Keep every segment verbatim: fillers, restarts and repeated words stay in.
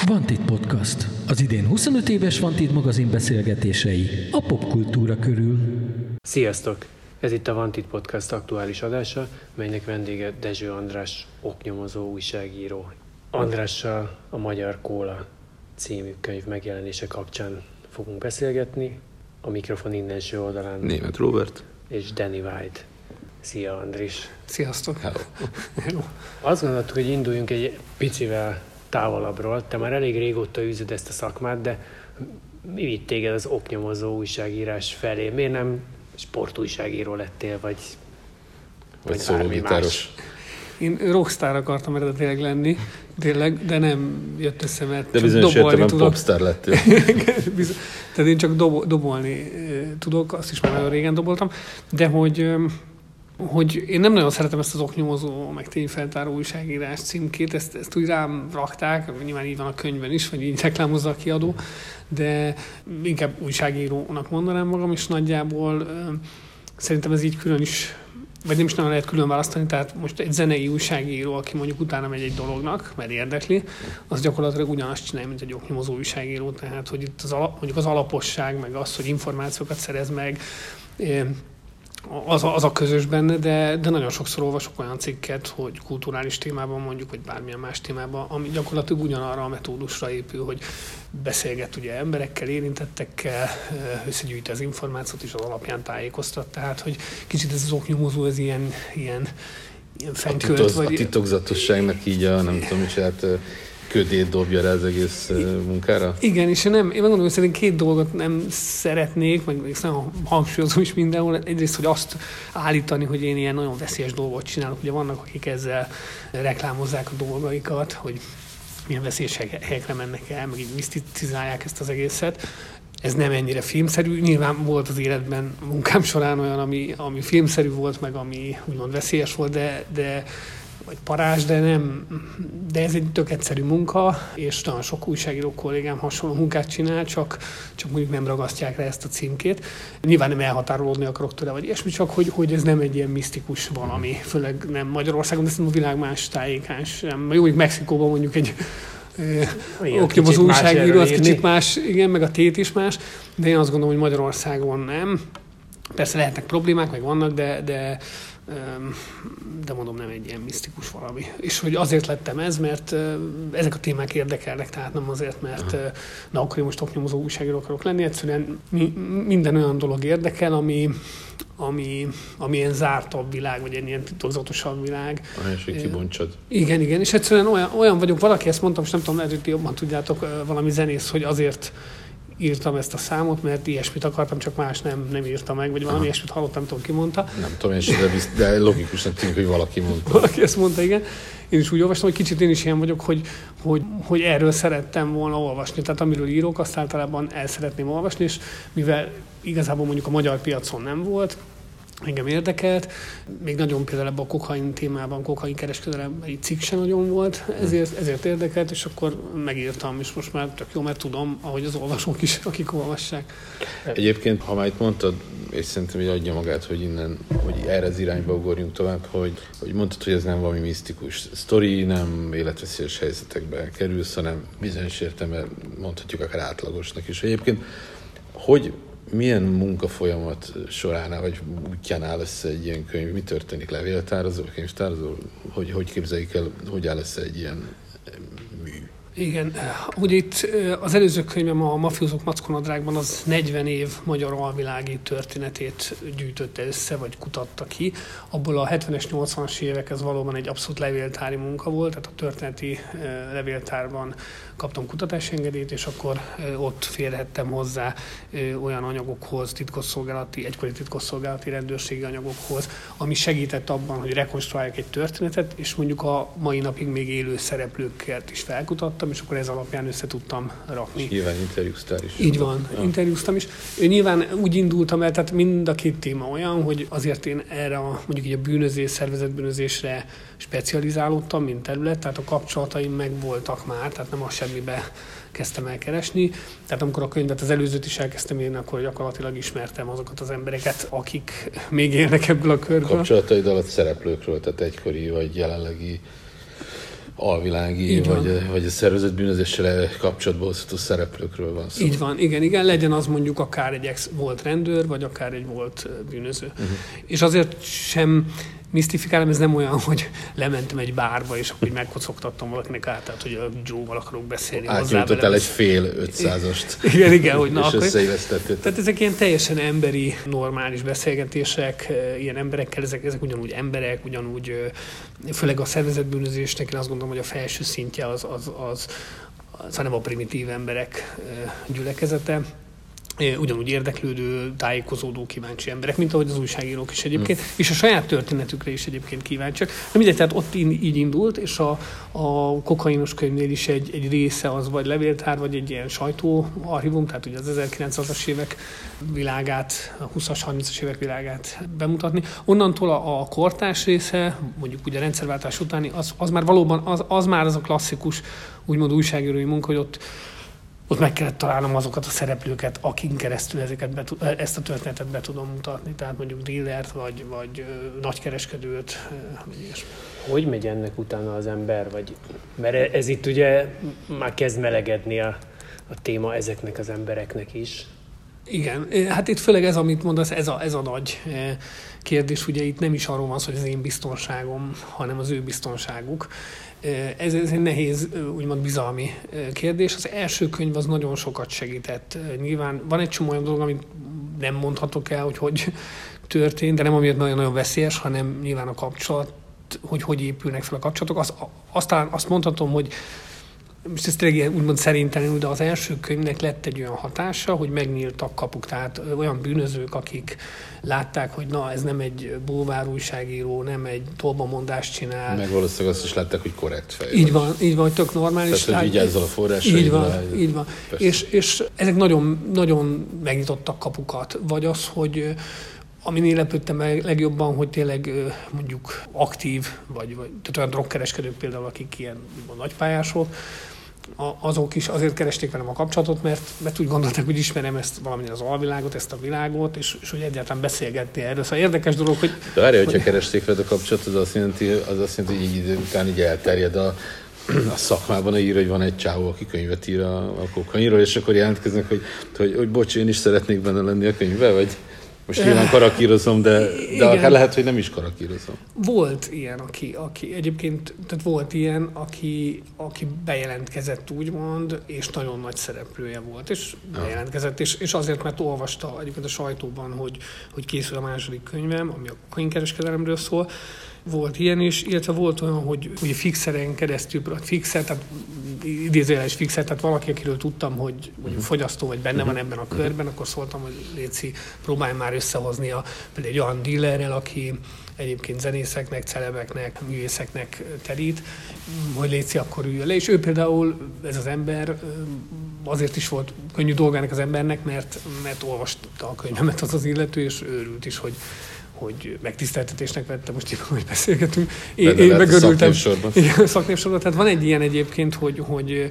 Vantit Podcast. Az idén huszonöt éves Vantit magazin beszélgetései a popkultúra körül. Sziasztok! Ez itt a Vantit Podcast aktuális adása, melynek vendége Dezső András, oknyomozó újságíró. Andrással a Magyar Kóla című könyv megjelenése kapcsán fogunk beszélgetni. A mikrofon innenső oldalán Németh Róbert és Danny White. Szia, Andris! Sziasztok! Hello. Hello. Azt gondoltuk, hogy induljunk egy picivel távolabbról. Te már elég régóta űzöd ezt a szakmát, de mi vitt téged az oknyomozó újságírás felé? Miért nem sportújságíró lettél, vagy, vagy szólógitáros? Én rockstar akartam eredetileg lenni, tényleg, de nem jött össze, mert de csak bizonyos dobolni értelemben tudok. popstar lettél. Tehát én csak dobo- dobolni tudok, azt is már nagyon régen doboltam, de hogy... hogy én nem nagyon szeretem ezt az oknyomozó, meg tényfeltáró újságírás címkét, ezt, ezt úgy rám rakták, nyilván így van a könyvben is, vagy így reklámozza a kiadó, de inkább újságírónak mondanám magam, és nagyjából szerintem ez így külön is, vagy nem is nagyon lehet külön választani, tehát most egy zenei újságíró, aki mondjuk utána megy egy dolognak, mert érdekli, az gyakorlatilag ugyanazt csinálja, mint egy oknyomozó újságíró, tehát hogy itt az alap, mondjuk az alaposság, meg az, hogy információkat szerez meg, Az a, az a közös benne, de, de nagyon sokszor olvasok olyan cikket, hogy kulturális témában mondjuk, vagy bármilyen más témában, ami gyakorlatilag ugyanarra a metódusra épül, hogy beszélget ugye emberekkel, érintettekkel, összegyűjti az információt és az alapján tájékoztat. Tehát, hogy kicsit ez az oknyomozó, ez ilyen, ilyen, ilyen fenkölt. A, titoz, vagy... a titokzatosságnak így a, nem tudom, hogy hát ködét dobja rá az egész munkára? Igen, és én nem, én megmondom, hogy szerintem két dolgot nem szeretnék, meg még nagyon hangsúlyozom is mindenhol. Egyrészt, hogy azt állítani, hogy én ilyen nagyon veszélyes dolgot csinálok. Ugye vannak, akik ezzel reklámozzák a dolgaikat, hogy milyen veszélyes helyekre mennek el, meg így miszticizálják ezt az egészet. Ez nem ennyire filmszerű. Nyilván volt az életben munkám során olyan, ami, ami filmszerű volt, meg ami úgymond veszélyes volt, de, de vagy parázs, de nem, de ez egy tök egyszerű munka, és nagyon sok újságíró kollégám hasonló munkát csinál, csak, csak mondjuk nem ragasztják rá ezt a címkét. Nyilván nem elhatárolódni akarok tőle, vagy ilyesmi, csak hogy, hogy ez nem egy ilyen misztikus valami, főleg nem Magyarországon, de szerintem a világ más tájékán sem. Jó, hogy Mexikóban mondjuk egy oknyomozó újságíró, az kicsit más, igen, meg a tét is más, de én azt gondolom, hogy Magyarországon nem. Persze lehetnek problémák, meg vannak, de, de de mondom, nem egy ilyen misztikus valami. És hogy azért lettem ez, mert ezek a témák érdekelnek, tehát nem azért, mert na, akkor én most oknyomozó újságíró akarok lenni, egyszerűen minden olyan dolog érdekel, ami, ami, ami ilyen zártabb világ, vagy egy ilyen titokzatosabb világ. Ahelyes, hogy kibontsad. Igen, igen, és egyszerűen olyan, olyan vagyok, valaki ezt mondta, most nem tudom, lehet, hogy ti jobban tudjátok, valami zenész, hogy azért írtam ezt a számot, mert ilyesmit akartam, csak más nem, nem írta meg, vagy valami ilyesmit hallottam, nem tudom, ki mondta. Nem tudom, én sem, de, de logikusnak tűnik, hogy valaki mondta. Valaki ezt mondta, igen. Én is úgy olvastam, hogy kicsit én is ilyen vagyok, hogy, hogy, hogy erről szerettem volna olvasni. Tehát amiről írok, azt általában el szeretném olvasni, és mivel igazából mondjuk a magyar piacon nem volt, engem érdekelt. Még nagyon például ebben a kokain témában, kokain kereskedelemben egy cikk sem nagyon volt, ezért, ezért érdekelt, és akkor megírtam, és most már tök jó, mert tudom, ahogy az olvasók is, akik olvassák. Egyébként, ha már itt mondtad, és szerintem így adja magát, hogy innen, hogy erre az irányba ugorjunk tovább, hogy, hogy mondtad, hogy ez nem valami misztikus sztori, nem életveszélyes helyzetekbe kerülsz, hanem bizonyos értelemben mondhatjuk akár átlagosnak is. Egyébként, hogy milyen munkafolyamat során, vagy útján áll össze egy ilyen könyv? Mi történik? Levéltározol, könyvtározol? Hogy, hogy képzeljük el, hogy áll össze egy ilyen mű? Igen, ugye itt az előző könyvem a Mafiózók Mackonadrágban az negyven év magyar alvilági történetét gyűjtötte össze, vagy kutatta ki. Abból a hetvenes, nyolcvanas évek ez valóban egy abszolút levéltári munka volt, tehát a történeti levéltárban kaptam kutatási engedélyt, és akkor ott férhettem hozzá olyan anyagokhoz, titkosszolgálati, egykori titkosszolgálati rendőrségi anyagokhoz, ami segített abban, hogy rekonstruálják egy történetet, és mondjuk a mai napig még élő szereplőket is felkutattam, és akkor ez alapján össze tudtam rakni. És nyilván interjúztál is. Így van, ja. interjúztam is. Nyilván úgy indultam el, tehát mind a két téma olyan, hogy azért én erre a, mondjuk így a bűnözés, szervezetbűnözésre specializálódtam, mint terület, tehát a kapcsolataim megvoltak már, tehát nem a semmibe kezdtem el keresni. Tehát amikor a könyvet, az előzőt is elkezdtem írni, akkor gyakorlatilag ismertem azokat az embereket, akik még élnek ebből a körből. Kapcsolataid alatt szereplőkről, tehát egykori vagy jelenlegi alvilági, vagy, vagy a szervezett bűnözéssel kapcsolatban hozható szereplőkről van szó. Így van, igen, igen, legyen az mondjuk akár egy ex volt rendőr, vagy akár egy volt bűnöző. Uh-huh. És azért sem misztifikálom, ez nem olyan, hogy lementem egy bárba, és akkor megkocogtattam valakinek át, tehát hogy a Joe-val akarok beszélni. Átnyújtottál egy fél ötszázast. Igen, igen, hogy na, és akkor... összeillesztettél. Tehát ezek ilyen teljesen emberi, normális beszélgetések, ilyen emberekkel, ezek, ezek ugyanúgy emberek, ugyanúgy, főleg a szervezetbűnözésnek, én azt gondolom, hogy a felső szintje az, az, az, az hanem a primitív emberek gyülekezete. Ugyanúgy érdeklődő, tájékozódó, kíváncsi emberek, mint ahogy az újságírók is egyébként, mm. és a saját történetükre is egyébként kíváncsiak. Nem mindegy, tehát ott így indult, és a, a kokainos könyvnél is egy, egy része az vagy levéltár, vagy egy ilyen sajtóarchívum, tehát ugye az ezerkilencszázas évek világát, a huszas, harmincas évek világát bemutatni. Onnantól a, a kortárs része, mondjuk ugye a rendszerváltás utáni, az, az már valóban, az, az már az a klasszikus, úgymond újságírói munka, hogy ott Ott meg kellett találnom azokat a szereplőket, akin keresztül ezeket be, ezt a történetet be tudom mutatni. Tehát mondjuk dealert, vagy, vagy ö, nagykereskedőt, vagy ilyesmi. Hogy megy ennek utána az ember? Vagy, mert ez itt ugye már kezd melegedni a, a téma ezeknek az embereknek is. Igen, hát itt főleg ez, amit mondasz, ez a, ez a nagy kérdés. Ugye itt nem is arról van szó, hogy az én biztonságom, hanem az ő biztonságuk. Ez, ez egy nehéz, úgymond bizalmi kérdés. Az első könyv az nagyon sokat segített. Nyilván van egy csomó olyan dolog, amit nem mondhatok el, hogy hogy történt, de nem amiatt nagyon-nagyon veszélyes, hanem nyilván a kapcsolat, hogy hogy épülnek fel a kapcsolatok. Azt, aztán azt mondhatom, hogy most ez tényleg úgymond szerintelenül, de az első könyvnek lett egy olyan hatása, hogy megnyíltak kapuk. Tehát olyan bűnözők, akik látták, hogy na, ez nem egy bulvár újságíró, nem egy tolbamondást csinál. Meg valószínűleg azt is látták, hogy korrekt fej. Így van, így van, hogy tök normális. Tehát, hogy vigyázzal a forrásaidra. Így van, így van. És, és ezek nagyon, nagyon megnyitottak kapukat. Vagy az, hogy amin én lepődtem meg legjobban, hogy tényleg mondjuk aktív, vagy, vagy tehát olyan drogkereskedők például, akik ilyen nagypályások, azok is azért keresték velem a kapcsolatot, mert, mert úgy gondolták, hogy ismerem ezt valamilyen az alvilágot, ezt a világot, és, és hogy egyáltalán beszélgetni erről. Szóval érdekes dolog, hogy... De várja, hogyha keresték veled a kapcsolatot, az azt jelenti, az azt jelenti, hogy így idő után így elterjed a, a szakmában, ír, hogy van egy csávó, aki könyvet ír a, a kokainról, és akkor jelentkeznek, hogy, hogy, hogy bocs, én is szeretnék benne lenni a könyvben, vagy... Most nyilván karakírozom, de, de akár lehet, hogy nem is karakírozom. Volt ilyen, aki, aki egyébként, tehát volt ilyen, aki, aki bejelentkezett úgymond, és nagyon nagy szereplője volt, és bejelentkezett, és, és azért, mert olvasta egyébként a sajtóban, hogy, hogy készül a második könyvem, ami a kokainkereskedelemről szól. Volt ilyen is, illetve volt olyan, hogy ugye fixeren keresztül, fixer, tehát idézőjeles fixer, tehát valaki, akiről tudtam, hogy, hogy fogyasztó vagy benne van ebben a körben, akkor szóltam, hogy léci, próbálj már összehozni a, például egy olyan dealerrel, aki egyébként zenészeknek, celebeknek, művészeknek terít, hogy léci, akkor üljön le. És ő például, ez az ember, azért is volt könnyű dolgának az embernek, mert, mert olvasta a könyvemet az az illető, és őrült is, hogy hogy megtiszteltetésnek vettem, most így, hogy beszélgetünk. Én, én megörültem. Szaknévsorban. Tehát van egy ilyen egyébként, hogy, hogy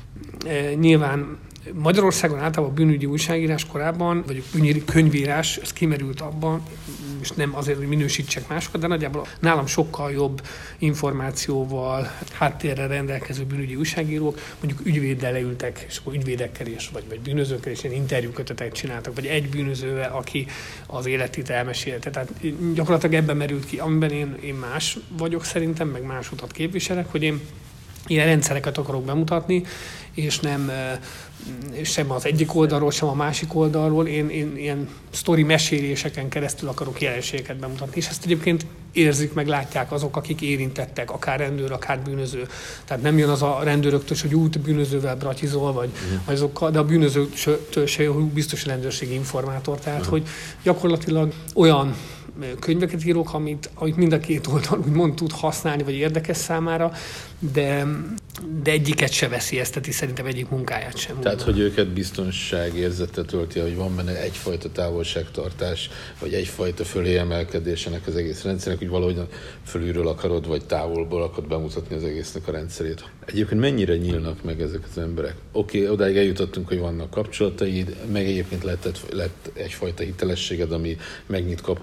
e, nyilván Magyarországon általában a bűnügyi újságírás korábban, vagy a bűnügyi könyvírás, ez kimerült abban, és nem azért, hogy minősítsek másokat, de nagyjából nálam sokkal jobb információval, háttérrel rendelkező bűnügyi újságírók, mondjuk ügyvéddel leültek, és akkor ügyvédekkel is, vagy, vagy bűnözőkkel is ilyen interjúkötetet csináltak, vagy egy bűnözővel, aki az életét elmesélte. Tehát gyakorlatilag ebben merült ki, amiben én, én más vagyok szerintem, meg más utat képviselek, hogy én ilyen rendszereket akarok bemutatni, és nem sem az egyik oldalról, sem a másik oldalról. Én, én ilyen sztori meséléseken keresztül akarok jelenségeket bemutatni, és ezt egyébként érzik, meg látják azok, akik érintettek, akár rendőr, akár bűnöző. Tehát nem jön az a rendőröktől, hogy út bűnözővel bratizol, vagy uh-huh. azokkal, de a bűnözőtől se jön, biztos rendőrségi informátor. Tehát, uh-huh. hogy gyakorlatilag olyan könyveket írok, amit, amit mind a két oldal úgymond tud használni, vagy érdekes számára, de, de egyiket se veszélyezteti, szerintem egyik munkáját sem. Tehát, hogy őket biztonságérzetet tölti, hogy van benne egyfajta távolságtartás, vagy egyfajta fölé emelkedés ennek az egész rendszernek, hogy valahogy fölülről akarod, vagy távolból akarod bemutatni az egésznek a rendszerét. Egyébként mennyire nyílnak meg ezek az emberek? Oké, okay, odáig eljutottunk, hogy vannak kapcsolataid, meg egyébként lett, lett egyfajta hitelességed, ami megnyit kapukat, de hogy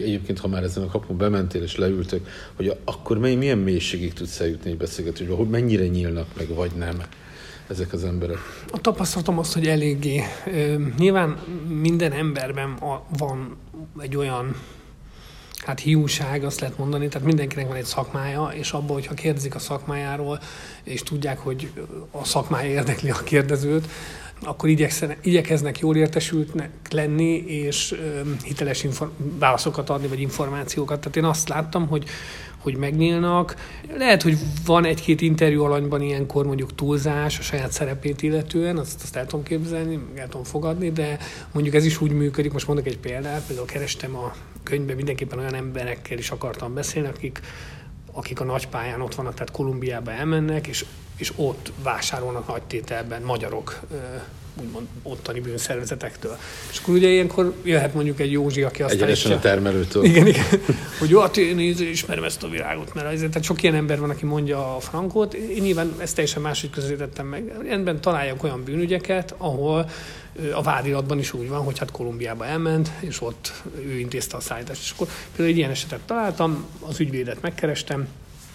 egyébként, ha már ezen a kapun bementél és leültek, hogy akkor milyen mélységig tudsz eljutni egy beszélgetésbe, hogy mennyire nyílnak meg, vagy nem ezek az emberek? A tapasztalatom az, hogy eléggé. Nyilván minden emberben van egy olyan hát hiúság, azt lehet mondani, tehát mindenkinek van egy szakmája, és abból, hogyha kérdezik a szakmájáról, és tudják, hogy a szakmája érdekli a kérdezőt, akkor igyekeznek jól értesültnek lenni, és hiteles inform- válaszokat adni, vagy információkat. Tehát én azt láttam, hogy, hogy megnyílnak. Lehet, hogy van egy-két interjú alanyban ilyenkor mondjuk túlzás a saját szerepét illetően, azt, azt el tudom képzelni, el tudom fogadni, de mondjuk ez is úgy működik, most mondok egy példát, például kerestem a könyvben, mindenképpen olyan emberekkel is akartam beszélni, akik, akik a nagypályán ott vannak, tehát Kolumbiába elmennek, és, és ott vásárolnak nagy tételben magyarok, úgymond ottani bűnszervezetektől. És akkor ugye ilyenkor jöhet mondjuk egy Józsi, aki azt egyenesen a termelőtől. Igen, igen. Hogy jó, hát én ismerem ezt a világot, mert azért, tehát sok ilyen ember van, aki mondja a frankót. Én nyilván ezt teljesen máshogy közelítettem meg. Ebben találjak olyan bűnügyeket, ahol a vádiratban is úgy van, hogy hát Kolumbiába elment, és ott ő intézte a szállítást. És akkor például egy ilyen esetet találtam, az ügyvédet megkerestem,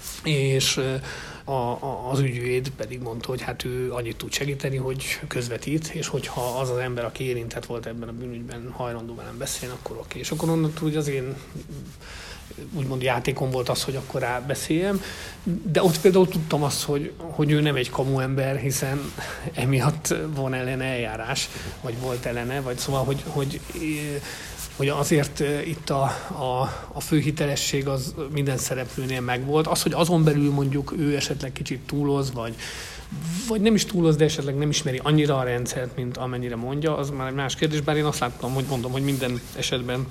és a, a, az ügyvéd pedig mondta, hogy hát ő annyit tud segíteni, hogy közvetít, és hogyha az az ember, aki érintett volt ebben a bűnügyben, hajlandó velem beszélni, akkor oké. És akkor onnantól ugye az én úgymond játékom volt az, hogy akkor rá beszéljem, de ott például tudtam azt, hogy, hogy ő nem egy kamu ember, hiszen emiatt van ellene eljárás, vagy volt ellene, vagy szóval, hogy, hogy hogy azért itt a, a, a fő hitelesség az minden szereplőnél megvolt. Az, hogy azon belül mondjuk ő esetleg kicsit túloz, vagy, vagy nem is túloz, de esetleg nem ismeri annyira a rendszert, mint amennyire mondja, az már egy más kérdés, bár én azt láttam, hogy mondom, hogy minden esetben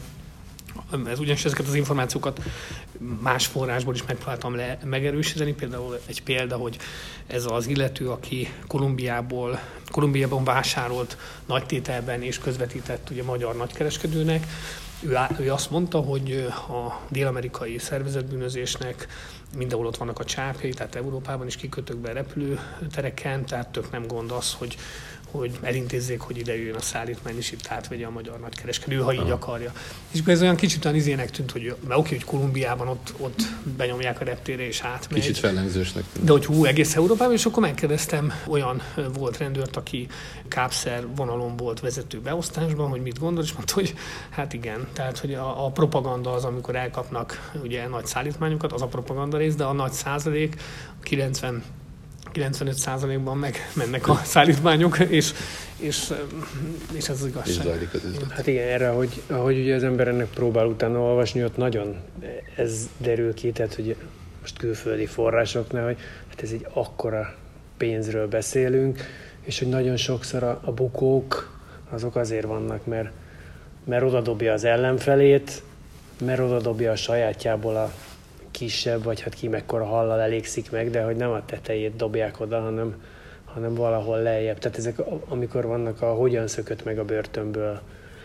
ez ugyanis ezeket az információkat más forrásból is megpróbáltam le, megerősíteni. Például egy példa, hogy ez az illető, aki Kolumbiából, Kolumbiában vásárolt nagy tételben és közvetített ugye magyar nagykereskedőnek, ő, ő azt mondta, hogy a dél-amerikai szervezetbűnözésnek mindenhol ott vannak a csápjai, tehát Európában is kikötőkben, repülőtereken, tehát tök nem gond az, hogy hogy elintézzék, hogy ide jöjjön a szállítmány, és itt átvegye a magyar nagykereskedő, ha így akarja. És ez olyan kicsit olyan izének tűnt, hogy mert oké, hogy Kolumbiában ott, ott benyomják a reptérre, és átmegy. Kicsit fellengzősnek tűnt. De hogy hú, egész Európában, és akkor megkérdeztem olyan volt rendőrt, aki kápszer vonalon volt vezető beosztásban, hogy mit gondol, és mondta, hogy hát igen, tehát hogy a, a propaganda az, amikor elkapnak ugye nagy szállítmányokat, az a propaganda rész, de a nagy százalék, kilencven kilencvenöt százalékban megmennek a szállítmányok, és, és, és ez az igazság. Hát igen, erre, ahogy, ahogy ugye az ember ennek próbál utána olvasni, ott nagyon ez derül ki, tehát hogy most külföldi forrásoknál, hogy hát ez egy akkora pénzről beszélünk, és hogy nagyon sokszor a, a bukók azok azért vannak, mert, mert odadobja az ellenfelét, mert odadobja a sajátjából a kisebb, vagy hát ki mekkora hallal elégszik meg, de hogy nem a tetejét dobják oda, hanem, hanem valahol lejjebb. Tehát ezek, amikor vannak a hogyan szökött meg a börtönből,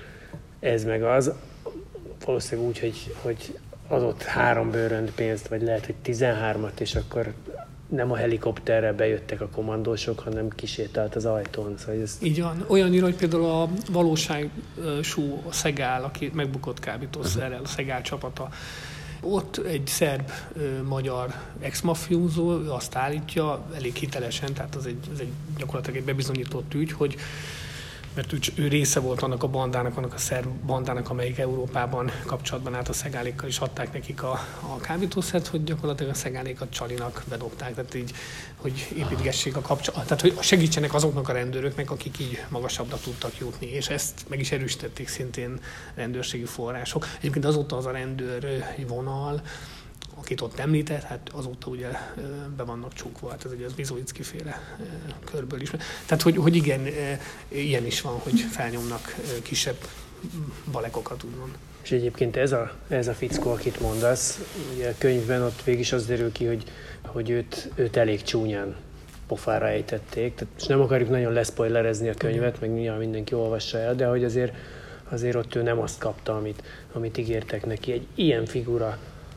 ez meg az, valószínűleg úgy, hogy, hogy adott három bőrönd pénzt, vagy lehet, hogy tizenhármat, és akkor nem a helikopterrel bejöttek a kommandósok, hanem kisétált az ajtón. Szóval ez... Így van. Olyannyira, hogy például a valóságsú a Szegál, aki megbukott kábítószerrel, a Szegál csapata, ott egy szerb-magyar ex-mafiózó, ő azt állítja, elég hitelesen, tehát az egy, ez egy gyakorlatilag egy bebizonyított ügy, hogy mert ő, ő része volt annak a bandának, annak a szerb bandának, amelyik Európában kapcsolatban állt a szegálékkal, és adták nekik a, a kábítószert, hogy gyakorlatilag a szegálékat csalinak bedobták, tehát így, hogy építgessék a kapcsolatot, tehát hogy segítsenek azoknak a rendőröknek, akik így magasabbra tudtak jutni, és ezt meg is erősítették szintén rendőrségi források. Egyébként azóta az a rendőr vonal, akit ott említett, hát azóta ugye be vannak csukva, hát ez ugye az Vizovicki féle körből is. Tehát, hogy, hogy igen, ilyen is van, hogy felnyomnak kisebb balekokat, úgymond. És egyébként ez a, ez a fickó, akit mondasz, ugye a könyvben ott végig is az derül ki, hogy, hogy őt, őt elég csúnyán pofára ejtették. Tehát, és nem akarjuk nagyon leszpoilerezni a könyvet, meg nyilván mindenki olvassa el, de hogy azért, azért ott ő nem azt kapta, amit, amit ígértek neki. Egy ilyen figura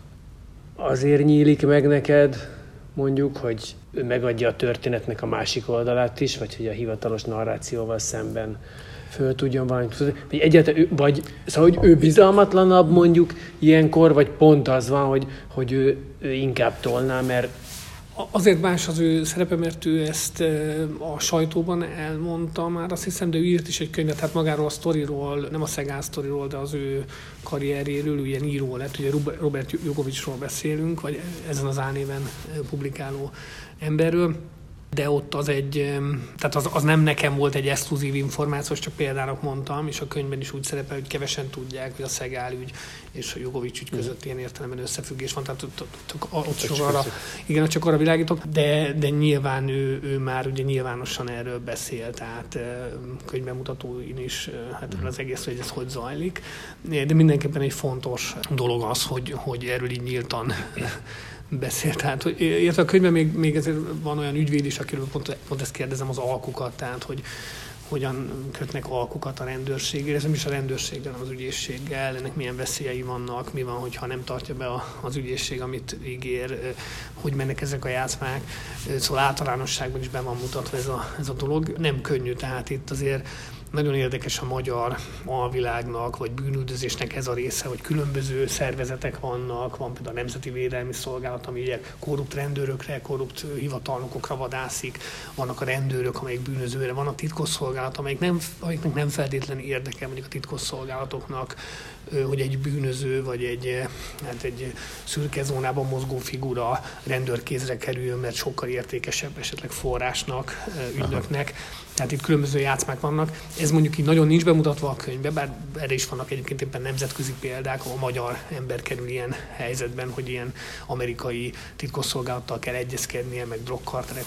azért nyílik meg neked, mondjuk, hogy ő megadja a történetnek a másik oldalát is, vagy hogy a hivatalos narrációval szemben föl tudjon valamit, vagy egyáltalán, ő, vagy szóval, hogy ő bizalmatlanabb mondjuk ilyenkor, vagy pont az van, hogy, hogy ő, ő inkább tolná, mert azért más az ő szerepe, mert ő ezt a sajtóban elmondta már, azt hiszem, de ő írt is egy könyvet, tehát magáról a sztoriról, nem a Szegál sztoriról, de az ő karrierjéről, ő ilyen író lett, ugye Robert Jugovicsról beszélünk, vagy ezen az álnéven publikáló emberről. De ott az egy, tehát az, az nem nekem volt egy exkluzív információ, csak példának mondtam, és a könyvben is úgy szerepel, hogy kevesen tudják, hogy a Szegál ügy és a Jugovics ügy között ilyen értelemben összefüggés van, tehát ott, ott, ott csak arra, igen, csak arra világítok, de, de nyilván ő, ő már ugye nyilvánosan erről beszél, tehát könyvbemutatóin is, hát az egész, hogy ez hogy zajlik, de mindenképpen egy fontos dolog az, hogy, hogy erről így nyíltan beszélt. Tehát, hogy érte a könyvben még, még ezért van olyan ügyvéd is, akiről pont, pont ezt kérdezem, az alkukat, tehát hogy hogyan kötnek alkukat a rendőrséggel, ez nem is a rendőrséggel, hanem az ügyészséggel, ennek milyen veszélyei vannak, mi van, hogyha nem tartja be a, az ügyészség, amit ígér, hogy mennek ezek a játszmák. Szóval általánosságban is be van mutatva ez a, ez a dolog. Nem könnyű, tehát itt azért nagyon érdekes a magyar alvilágnak, vagy bűnüldözésnek ez a része, hogy különböző szervezetek vannak, van például a Nemzeti Védelmi Szolgálat, ami ugye korrupt rendőrökre, korrupt hivatalnokokra vadászik, vannak a rendőrök, amelyek bűnözőre, van a titkosszolgálat, amelyik nem, amelyiknek nem feltétlenül érdeke mondjuk a titkosszolgálatoknak, hogy egy bűnöző, vagy egy, hát egy szürke zónában mozgó figura rendőrkézre kerüljön, mert sokkal értékesebb esetleg forrásnak, ügynöknek. Tehát itt különböző játszmák vannak. Ez mondjuk így nagyon nincs bemutatva a könyvben, bár erre is vannak egyébként éppen nemzetközi példák, ahol a magyar ember kerül ilyen helyzetben, hogy ilyen amerikai titkosszolgálattal kell egyezkednie, meg drogkarterek,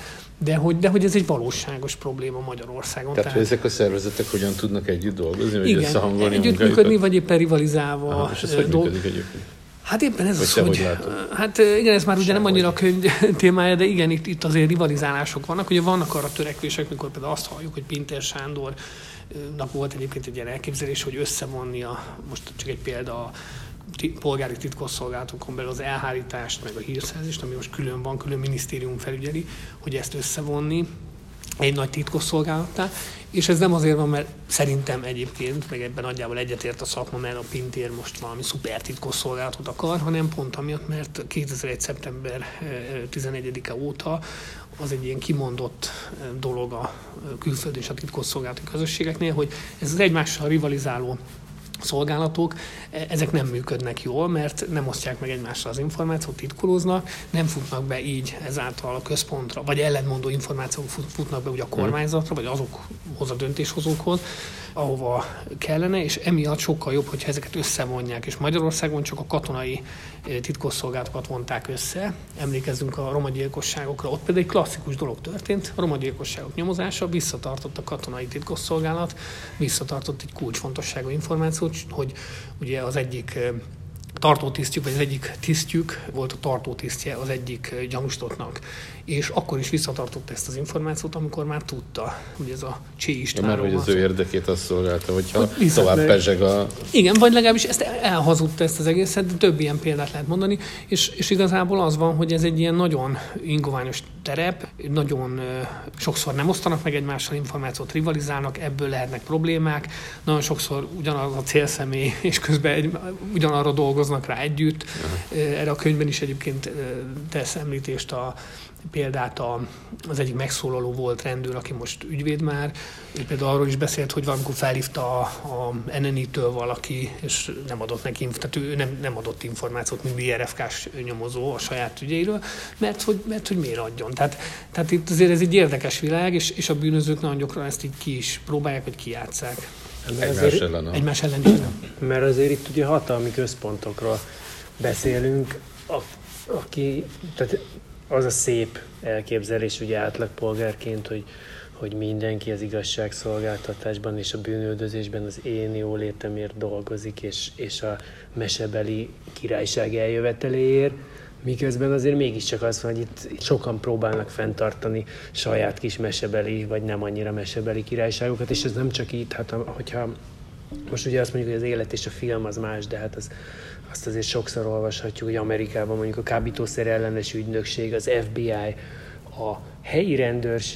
de hogy, de hogy ez egy valóságos probléma Magyarországon. Tehát, tehát ezek a szervezetek hogyan tudnak együtt dolgozni, vagy igen, összehangolni együttműködni, vagy éppen rivalizálva. Aha, és ez hogy működik egyébként? Hát éppen ez vagy az, hogy, hogy hát igen, ez már ugye nem annyira a könyv témája, de igen, itt, itt azért rivalizálások vannak. Ugye vannak arra törekvések, mikor például azt halljuk, hogy Pintér Sándornak volt egyébként egy ilyen elképzelés, hogy összevonni a, most csak egy példa, a polgári titkosszolgálatokon belül az elhárítást, meg a hírszerzést, ami most külön van, külön minisztérium felügyeli, hogy ezt összevonni egy nagy titkosszolgálattá, és ez nem azért van, mert szerintem egyébként, meg ebben nagyjából egyetért a szakma, mert a Pintér most valami szuper titkosszolgálatot akar, hanem pont amiatt, mert kétezer-egy. szeptember tizenegyedike óta az egy ilyen kimondott dolog a külföld és a titkosszolgálati közösségeknél, hogy ez az egymással rivalizáló szolgálatok, ezek nem működnek jól, mert nem osztják meg egymással az információt, titkolóznak, nem futnak be így ezáltal a központra, vagy ellentmondó információk futnak be ugye a kormányzatra, vagy azokhoz a döntéshozókhoz, ahova kellene, és emiatt sokkal jobb, hogyha ezeket összevonják. És Magyarországon csak a katonai titkosszolgálatokat vonták össze. Emlékezzünk a romagyilkosságokra, ott például egy klasszikus dolog történt, a romagyilkosságok nyomozása, visszatartott a katonai titkosszolgálat, visszatartott egy kulcsfontosságú információt, hogy ugye az egyik tartótisztjük, vagy az egyik tisztjük volt a tartótisztje az egyik gyanústottnak. És akkor is visszatartott ezt az információt, amikor már tudta, hogy ez a Csé Istvánról. Ja, mert hogy az ő érdekét azt szolgálta, hogyha tovább pezseg a... Igen, vagy legalábbis ezt elhazudta ezt az egészet, de több ilyen példát lehet mondani, és, és igazából az van, hogy ez egy ilyen nagyon ingoványos terep, nagyon sokszor nem osztanak meg egymással információt, rivalizálnak, ebből lehetnek problémák, nagyon sokszor ugyanaz a célszemély, és közben egy, ugyanarra dolgoznak rá együtt. Aha. Erre a könyvben is egyébként tesz említést a példát a, az egyik megszólaló volt rendőr, aki most ügyvéd már. Ő például arról is beszélt, hogy valamikor felhívta a, a en en i-től valaki, és nem adott neki, tehát ő nem, nem adott információt, mint bé er ef ká-s nyomozó a saját ügyeiről, mert hogy, mert hogy miért adjon. Tehát, tehát itt azért ez egy érdekes világ, és, és a bűnözők nagyon gyakran ezt így ki is próbálják, vagy kijátsszák. Egymás ellen. Egymás ellen is nem. Mert azért itt ugye hatalmi központokról beszélünk, a, aki, tehát az a szép elképzelés ugye átlagpolgárként, hogy, hogy mindenki az igazságszolgáltatásban és a bűnüldözésben az én jólétemért dolgozik, és, és a mesebeli királyság eljöveteléért, miközben azért mégiscsak az van, hogy itt sokan próbálnak fenntartani saját kis mesebeli, vagy nem annyira mesebeli királyságokat, és ez nem csak itt, hát hogyha most ugye azt mondjuk, hogy az élet és a film az más, de hát az, azt azért sokszor olvashatjuk, hogy Amerikában mondjuk a kábítószer ellenes ügynökség, az ef bé i, a helyi rendőrség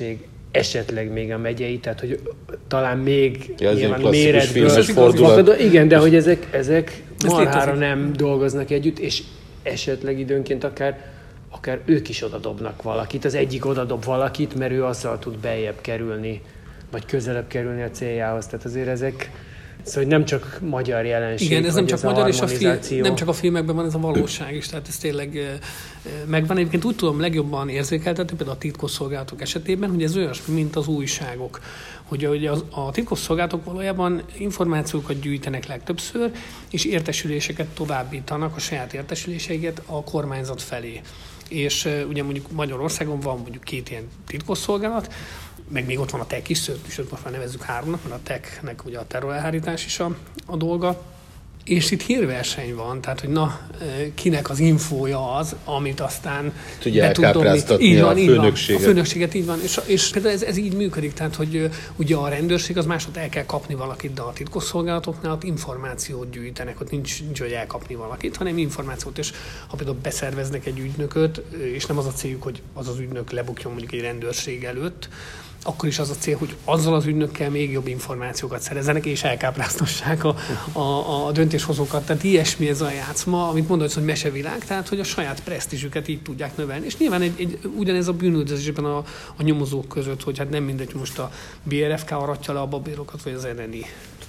esetleg még a megyei, tehát hogy talán még ja, nyilván méretből. fordulat. Igen, de hogy ezek, ezek Ez marhára létezik. nem dolgoznak együtt, és esetleg időnként akár, akár ők is odadobnak valakit. Az egyik odadob valakit, mert ő azzal tud beljebb kerülni, vagy közelebb kerülni a céljához. Tehát azért ezek, szóval hogy nem csak magyar jelenség. Igen, ez nem csak ez magyar, a és a film, harmonizáció. nem csak a filmekben van ez a valóság is, tehát ez tényleg eh, megvan. Egyébként úgy tudom legjobban érzékeltetni, például a titkosszolgálatok esetében, hogy ez olyasmi, mint az újságok. Hogy, hogy a, a titkosszolgálatok valójában információkat gyűjtenek legtöbbször, és értesüléseket továbbítanak, a saját értesüléseiket a kormányzat felé. És uh, ugye mondjuk Magyarországon van mondjuk két ilyen titkosszolgálat, meg még ott van a TEK is, sőt most már nevezzük háromnak, mert a TEK-nek ugye a terrorelhárítás is a, a dolga. És itt hírverseny van, tehát hogy na, kinek az infója az, amit aztán tudja be tud dobni. elkápráztatni Így a van, így van. főnökséget. A főnökséget, így van. És, és például ez, ez így működik, tehát hogy ugye a rendőrség az másod el kell kapni valakit, de a titkosszolgálatoknál ott információt gyűjtenek, ott nincs, nincs hogy elkapni valakit, hanem információt, és ha például beszerveznek egy ügynököt, és nem az a céljuk, hogy az az ügynök lebukjon mondjuk egy rendőrség előtt, akkor is az a cél, hogy azzal az ügynökkel még jobb információkat szerezzenek, és elkápráztassák a, a, a döntéshozókat. Tehát ilyesmi ez a játszma, amit mondod, hogy mesevilág, tehát hogy a saját presztízsüket így tudják növelni. És nyilván egy, egy, ugyanez a bűnüldözésben a, a nyomozók között, hogy hát nem mindegy, most a bé er ef ká aratja le a babérokat, vagy az er en i.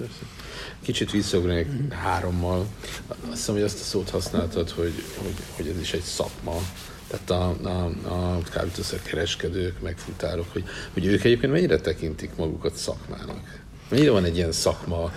Kicsit visszaugranék mm-hmm. hárommal. Azt hiszem, hogy azt a szót használtad, hogy, hogy, hogy ez is egy szakma. Tehát a, a, a kábítószerkereskedők, megfutárok, hogy, hogy ők egyébként mennyire tekintik magukat szakmának? Mennyire van egy ilyen szakma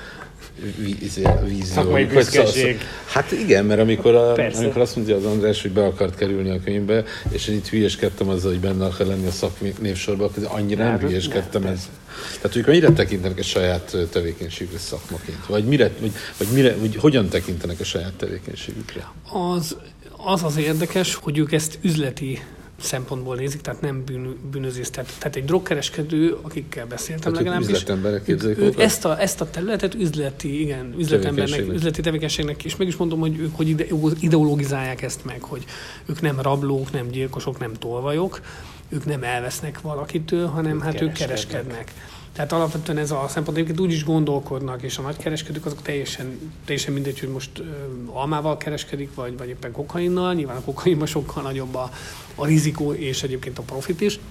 vízió? Szakmai büszkeség. Hát igen, mert amikor, a, amikor azt mondja az András, hogy be akart kerülni a könyvbe, és én itt hülyeskedtem azzal, hogy benne akar lenni a szaknévsorban, akkor annyira nem hülyeskedtem. Ez. Tehát ők mennyire tekintenek a saját tevékenységükre szakmaként? Vagy, mire, vagy, vagy mire, vagy hogyan tekintenek a saját tevékenységükre? Az Az az érdekes, hogy ők ezt üzleti szempontból nézik, tehát nem bűn, bűnözés. Tehát, tehát egy drogkereskedő, akikkel beszéltem tehát legalábbis, üzletemberek képzelik ők, ők ezt, a, ezt a területet üzleti, igen, üzletembernek, üzleti tevékenységnek, és meg is mondom, hogy ők hogy ide, ideologizálják ezt meg, hogy ők nem rablók, nem gyilkosok, nem tolvajok, ők nem elvesznek valakitől, hanem ők hát kereskednek. ők kereskednek. Tehát alapvetően ez a szempont, egyébként úgy is gondolkodnak, és a nagykereskedők azok teljesen, teljesen mindegy, hogy most ö, almával kereskedik, vagy, vagy éppen kokainnal. Nyilván a kokainban sokkal nagyobb a, a rizikó és egyébként a profit is,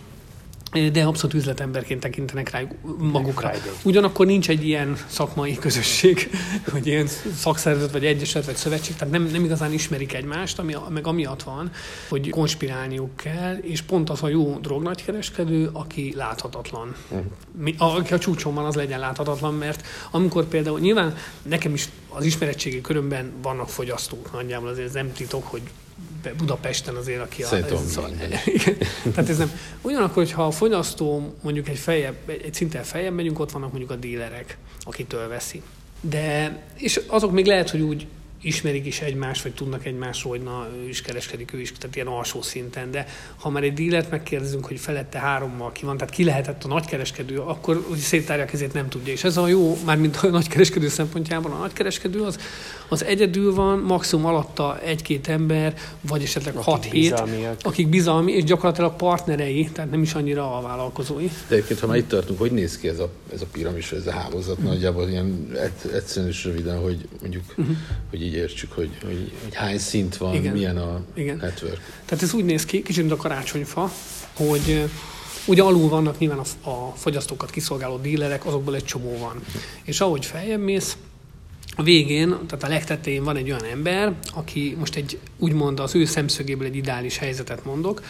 de abszolút üzletemberként tekintenek rájuk magukra. Ugyanakkor nincs egy ilyen szakmai közösség, vagy ilyen szakszervezet, vagy egyeset, vagy szövetség, tehát nem, nem igazán ismerik egymást, ami, meg amiatt van, hogy konspirálniuk kell, és pont az a jó drognagykereskedő, aki láthatatlan. Mi, aki a csúcson van, az legyen láthatatlan, mert amikor például, nyilván nekem is az ismeretségi körömben vannak fogyasztók, nagyjából azért ez nem titok, hogy Budapesten azért, aki a... Ez, szóval, tehát ez nem... Ugyanakkor, hogyha a fogyasztó mondjuk egy, feljebb, egy szinten feljebb megyünk, ott vannak mondjuk a dílerek, akitől veszi. De, és azok még lehet, hogy úgy ismerik is egymást, vagy tudnak egymásról, hogy na, ő is kereskedik, ő is, tehát ilyen alsó szinten, de ha már egy dílert megkérdezünk, hogy felette hárommal ki van, tehát ki lehetett a nagykereskedő, akkor úgy széttárja a kezét, nem tudja. És ez a jó, mármint a nagykereskedő szempontjában, a nagykereskedő az, az egyedül van, maximum alatta egy-két ember, vagy esetleg hat-hét, akik bizalmi, és gyakorlatilag partnerei, tehát nem is annyira a vállalkozói. De egyébként, ha már itt tartunk, hogy néz ki ez a, ez a piramis, ez a hálózat, uh-huh. nagyjából ilyen egyszerűen és röviden, hogy mondjuk, uh-huh. hogy így értsük, hogy, hogy, hogy hány szint van, igen. milyen a igen. network. Tehát ez úgy néz ki, kicsit mint a karácsonyfa, hogy ugye alul vannak nyilván a, a fogyasztókat kiszolgáló dílerek, azokból egy csomó van. Uh-huh. És ahogy feljebb mész, a végén, tehát a legtetején van egy olyan ember, aki most egy, úgymond az ő szemszögéből egy ideális helyzetet mondok.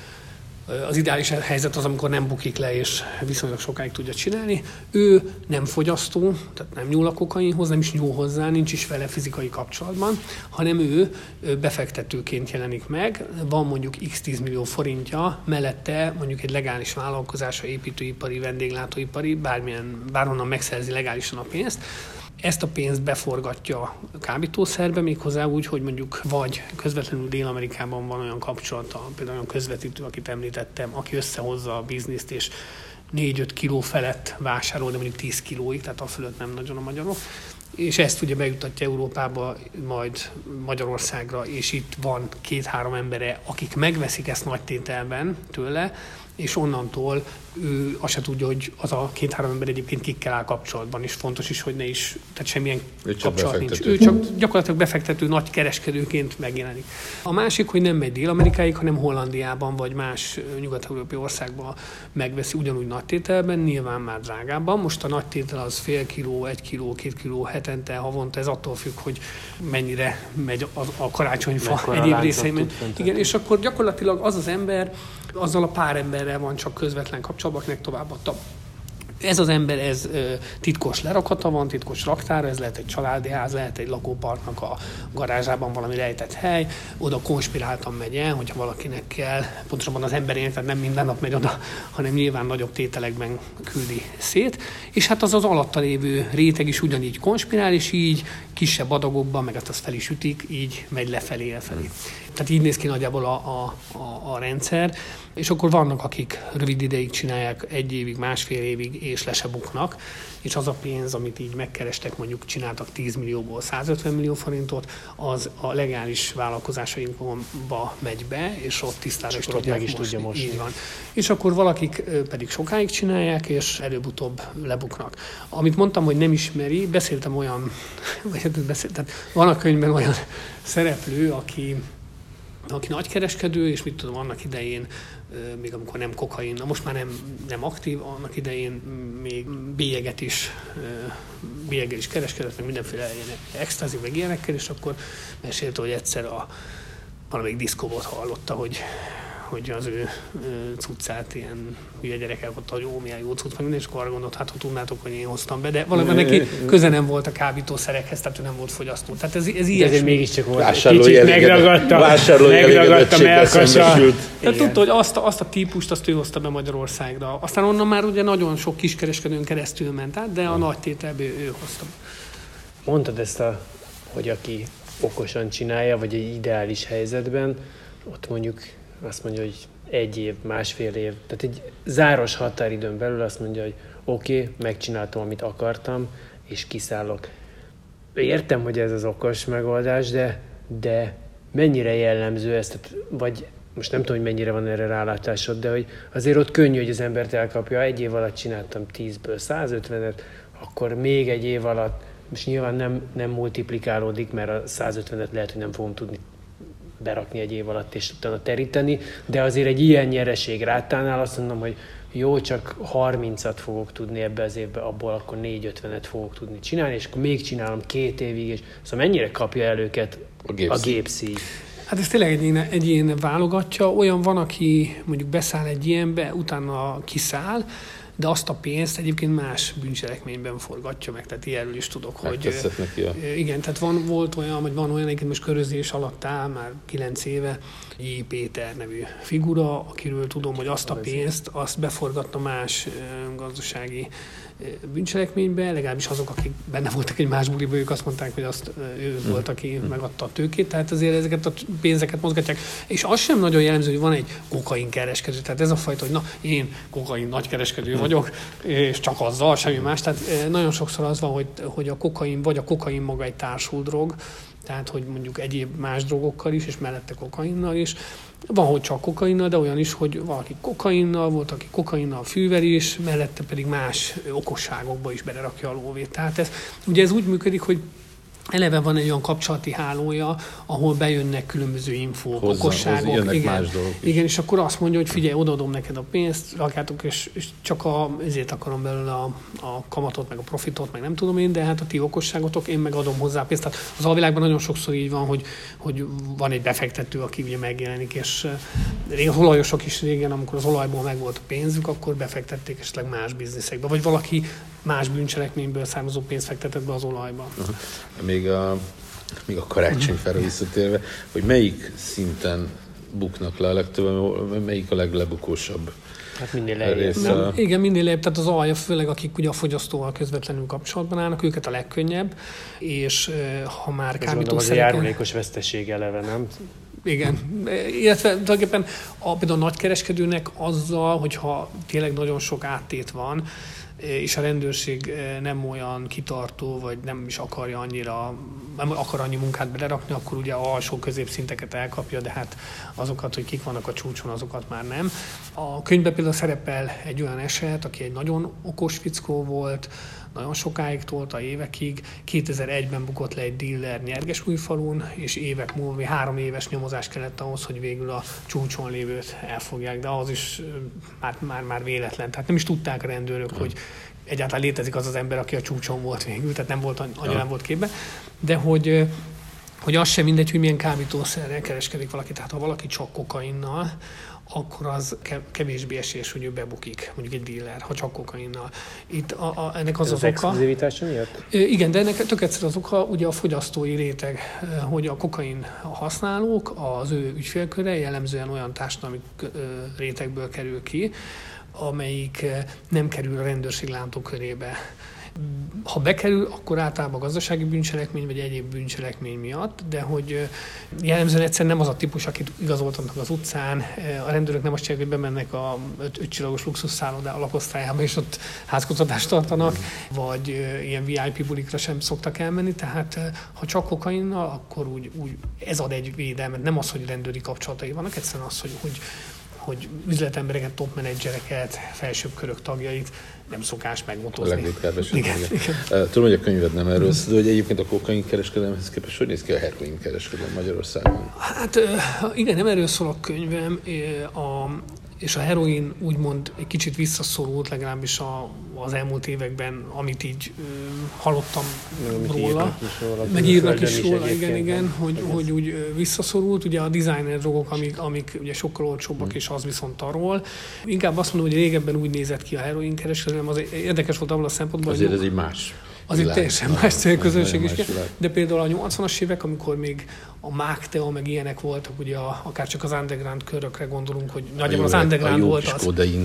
Az ideális helyzet az, amikor nem bukik le, és viszonylag sokáig tudja csinálni. Ő nem fogyasztó, tehát nem nyúl a kokainhoz, nem is nyúl hozzá, nincs is vele fizikai kapcsolatban, hanem ő befektetőként jelenik meg, van mondjuk x tíz millió forintja, mellette mondjuk egy legális vállalkozása, építőipari, vendéglátóipari, bármilyen, bárhonnan megszerzi legálisan a pénzt. Ezt a pénzt beforgatja a kábítószerbe, méghozzá úgy, hogy mondjuk vagy közvetlenül Dél-Amerikában van olyan kapcsolata, például olyan közvetítő, akit említettem, aki összehozza a bizniszt, és négy-öt kiló felett vásárol, de mondjuk tíz kilóig, tehát a fölött nem nagyon a magyarok. És ezt ugye bejutatja Európába, majd Magyarországra, és itt van két-három embere, akik megveszik ezt nagy tételben tőle, és onnantól ő azt se tudja, hogy az a két-három ember egyébként kikkel áll kapcsolatban, és fontos is, hogy ne is, tehát semmilyen kapcsolat nincs. Ő csak gyakorlatilag befektető, nagy kereskedőként megjelenik. A másik, hogy nem megy Dél-Amerikáig, hanem Hollandiában vagy más nyugat-európai országban megveszi ugyanúgy nagy tételben, nyilván már drágábban. Most a nagy tétel az fél kiló, egy kiló, két kiló hetente, havonta, ez attól függ, hogy mennyire megy a, a karácsonyfa egyéb részeiben. Igen, és akkor gyakorlatilag az az ember, azzal a pár emberrel van csak közvetlen kapcsolatban, akinek továbbadta. Ez az ember, ez ö, titkos lerakata van, titkos raktára, ez lehet egy családi ház, lehet egy lakóparknak a garázsában valami rejtett hely, oda konspiráltan megy el, hogyha valakinek kell, pontosabban az emberének, tehát nem minden nap megy oda, hanem nyilván nagyobb tételekben küldi szét, és hát az az alatta lévő réteg is ugyanígy konspirál, és így kisebb adagokban, meg azt fel is ütik, így megy lefelé, lefelé. Tehát így néz ki nagyjából a, a, a, a rendszer, és akkor vannak, akik rövid ideig csinálják, egy évig, másfél évig, és le se buknak, és az a pénz, amit így megkerestek, mondjuk csináltak tíz millióból százötven millió forintot, az a legális vállalkozásainkba megy be, és ott tisztára is tudják meg is tudja most. Így van. És akkor valakik pedig sokáig csinálják, és előbb-utóbb lebuknak. Amit mondtam, hogy nem ismeri, beszéltem olyan, vagy beszéltem, van a könyvben olyan szereplő, aki aki nagykereskedő, és mit tudom, annak idején, még amikor nem kokain, na most már nem, nem aktív, annak idején még bélyeget is, bélyeggel is kereskedett, meg mindenféle ilyen extázi, meg ilyenekkel, és akkor mesélte, hogy egyszer a valamelyik diszkóból hallotta, hogy hogy az ő cuccát ilyen hülye gyerekek ott, hogy jó, milyen jó cucc, meg minden, és akkor arra gondolt, hát ha tudnátok, hogy én hoztam be, de valamiben neki köze nem volt a kábítószerekhez, tehát ő nem volt fogyasztó. Tehát ez, ez ilyesmi. Ezért mégiscsak volt. Kicsit megragadta, megragadta melkasa. Tehát tudta, hogy azt a, azt a típust, azt ő hozta be Magyarországra. Aztán onnan már ugye nagyon sok kiskereskedőn keresztül ment át, de a nagy tételből ő hozta. Mondtad ezt, a, hogy aki okosan csinálja, vagy egy ideális helyzetben, ott mondjuk azt mondja, hogy egy év, másfél év, tehát egy záros határidőn belül azt mondja, hogy oké, okay, megcsináltam, amit akartam, és kiszállok. Értem, hogy ez az okos megoldás, de, de mennyire jellemző ez, tehát, vagy most nem tudom, hogy mennyire van erre rálátásod, de hogy azért ott könnyű, hogy az embert elkapja, egy év alatt csináltam tízből százötvenet, akkor még egy év alatt, most nyilván nem, nem multiplikálódik, mert a százötvenet lehet, hogy nem fogom tudni berakni egy év alatt és utána teríteni, de azért egy ilyen nyereség rátánál azt mondom, hogy jó, csak harmincat fogok tudni ebbe az évbe, abból akkor négy-ötvenet fogok tudni csinálni, és akkor még csinálom két évig, és szóval mennyire kapja el őket a gépszíj? A gépszíj? Hát ez tényleg egy ilyen, egy ilyen válogatja. Olyan van, aki mondjuk beszáll egy ilyenbe, utána kiszáll, de azt a pénzt egyébként más bűncselekményben forgatja meg, tehát ilyenről is tudok, hogy... Neki a... Igen, tehát van, volt olyan, vagy van olyan, egyébként most körözés alatt áll már kilenc éve, J. Péter nevű figura, akiről tudom, hogy azt a pénzt, azt beforgatta más gazdasági bűncselekménybe, legalábbis azok, akik benne voltak egy más buliba, ők azt mondták, hogy azt ő mm. volt, aki mm. megadta a tőkét, tehát azért ezeket a pénzeket mozgatják. És az sem nagyon jellemző, hogy van egy kokain kereskedő, tehát ez a fajta, hogy na, én kokain nagykereskedő mm. vagyok, és csak azzal, semmi más. Tehát nagyon sokszor az van, hogy, hogy a kokain, vagy a kokain maga egy társul drog, tehát hogy mondjuk egyéb más drogokkal is, és mellette kokainnal is. Van, hogy csak kokainnal, de olyan is, hogy valaki kokainnal volt, aki kokainnal fűvel is, mellette pedig más okosságokba is belerakja a lóvét. Tehát ez, ugye ez úgy működik, hogy eleve van egy olyan kapcsolati hálója, ahol bejönnek különböző infók, hozzá, okosságok. Hozzá, igen, más igen, és akkor azt mondja, hogy figyelj, odaadom neked a pénzt, rakjátok, és, és csak a, ezért akarom belőle a, a kamatot, meg a profitot, meg nem tudom én, de hát a ti okosságotok, én meg adom hozzá a pénzt. Tehát az alvilágban nagyon sokszor így van, hogy, hogy van egy befektető, aki ugye megjelenik, és régen, az olajosok is régen, amikor az olajból megvolt a pénzük, akkor befektették esetleg más bizniszekbe, vagy valaki más bűncselekményből származó pénzt fektetett be az olajba. Uh-huh. Még a, még a karácsonyfára visszatérve, hogy melyik szinten buknak le a legtöbben, melyik a leglebukósabb? Hát minél lejjebb. A... Igen, minél lejjebb, tehát az alja, főleg akik ugye a fogyasztóval közvetlenül kapcsolatban állnak, őket a legkönnyebb, és ha már kábítószereken... Ez a járulékos veszteség eleve, nem? Igen, illetve tulajdonképpen a, például a nagykereskedőnek azzal, hogyha tényleg nagyon sok áttét van, és a rendőrség nem olyan kitartó, vagy nem is akarja annyira, nem akar annyi munkát belerakni, akkor ugye a alsó középszinteket elkapja, de hát azokat, hogy kik vannak a csúcson, azokat már nem. A könyvben például szerepel egy olyan eset, aki egy nagyon okos fickó volt, nagyon sokáig tolta, évekig. kétezer-egyben bukott le egy dealer Nyergesújfalun, és évek múlva, három éves nyomozás kellett ahhoz, hogy végül a csúcson lévőt elfogják, de az is már, már, már véletlen. Tehát nem is tudták a rendőrök, hogy egyáltalán létezik az az ember, aki a csúcson volt végül, tehát nem volt, annyira nem volt képben. De hogy, hogy az sem mindegy, hogy milyen kábítószerrel kereskedik valaki. Tehát ha valaki csak kokainnal, akkor az kevésbé esélyes, hogy ő bebukik, mondjuk egy dealer, ha csak kokainnal. Itt a, a, ennek az az, az oka... exkluzivitása miatt? Igen, de ennek tök egyszerű az oka, ugye a fogyasztói réteg, hogy a kokain használók, az ő ügyfélköre jellemzően olyan társadalmi rétegből kerül ki, amelyik nem kerül a rendőrség látókörébe. Ha bekerül, akkor általában gazdasági bűncselekmény vagy egyéb bűncselekmény miatt, de hogy jellemzően egyszerűen nem az a típus, akit igazoltatnak az utcán. A rendőrök nem azt csinálják, hogy bemennek a ötcsillagos luxusszálloda alaposztályába, és ott házkutatást tartanak, vagy ilyen vé i pé bulikra sem szoktak elmenni. Tehát ha csak kokainnal, akkor úgy, úgy ez ad egy védelmet. Nem az, hogy rendőri kapcsolatai vannak, egyszerűen az, hogy, hogy hogy üzletembereket, top menedzsereket, felsőbb körök tagjait nem szokás megmotozni. A legritkább eset. Igen, igen. Tudom, hogy a könyved nem erről szól, de hogy egyébként a kokain kereskedelemhez képest hogy néz ki a heroin kereskedelem Magyarországon? Hát igen, nem erről szól a könyvem. A, és a heroin úgymond egy kicsit visszaszorult, legalábbis a, az elmúlt években, amit így ö, hallottam amit róla. róla. Meg írnak is róla, igen, igen, hogy, hogy úgy visszaszorult. Ugye a designer drogok, amik, amik ugye sokkal olcsóbbak, mm. és az viszont arról. Inkább azt mondom, hogy régebben úgy nézett ki a heroin kereskedelem, az érdekes volt abban a szempontból, azért hogy ez egy más. Az egy teljesen más célközönség is. De például a nyolcvanas évek, amikor még a Mágtea, meg ilyenek voltak, ugye a, akár csak az underground körökre gondolunk, hogy nagyjából az underground volt az,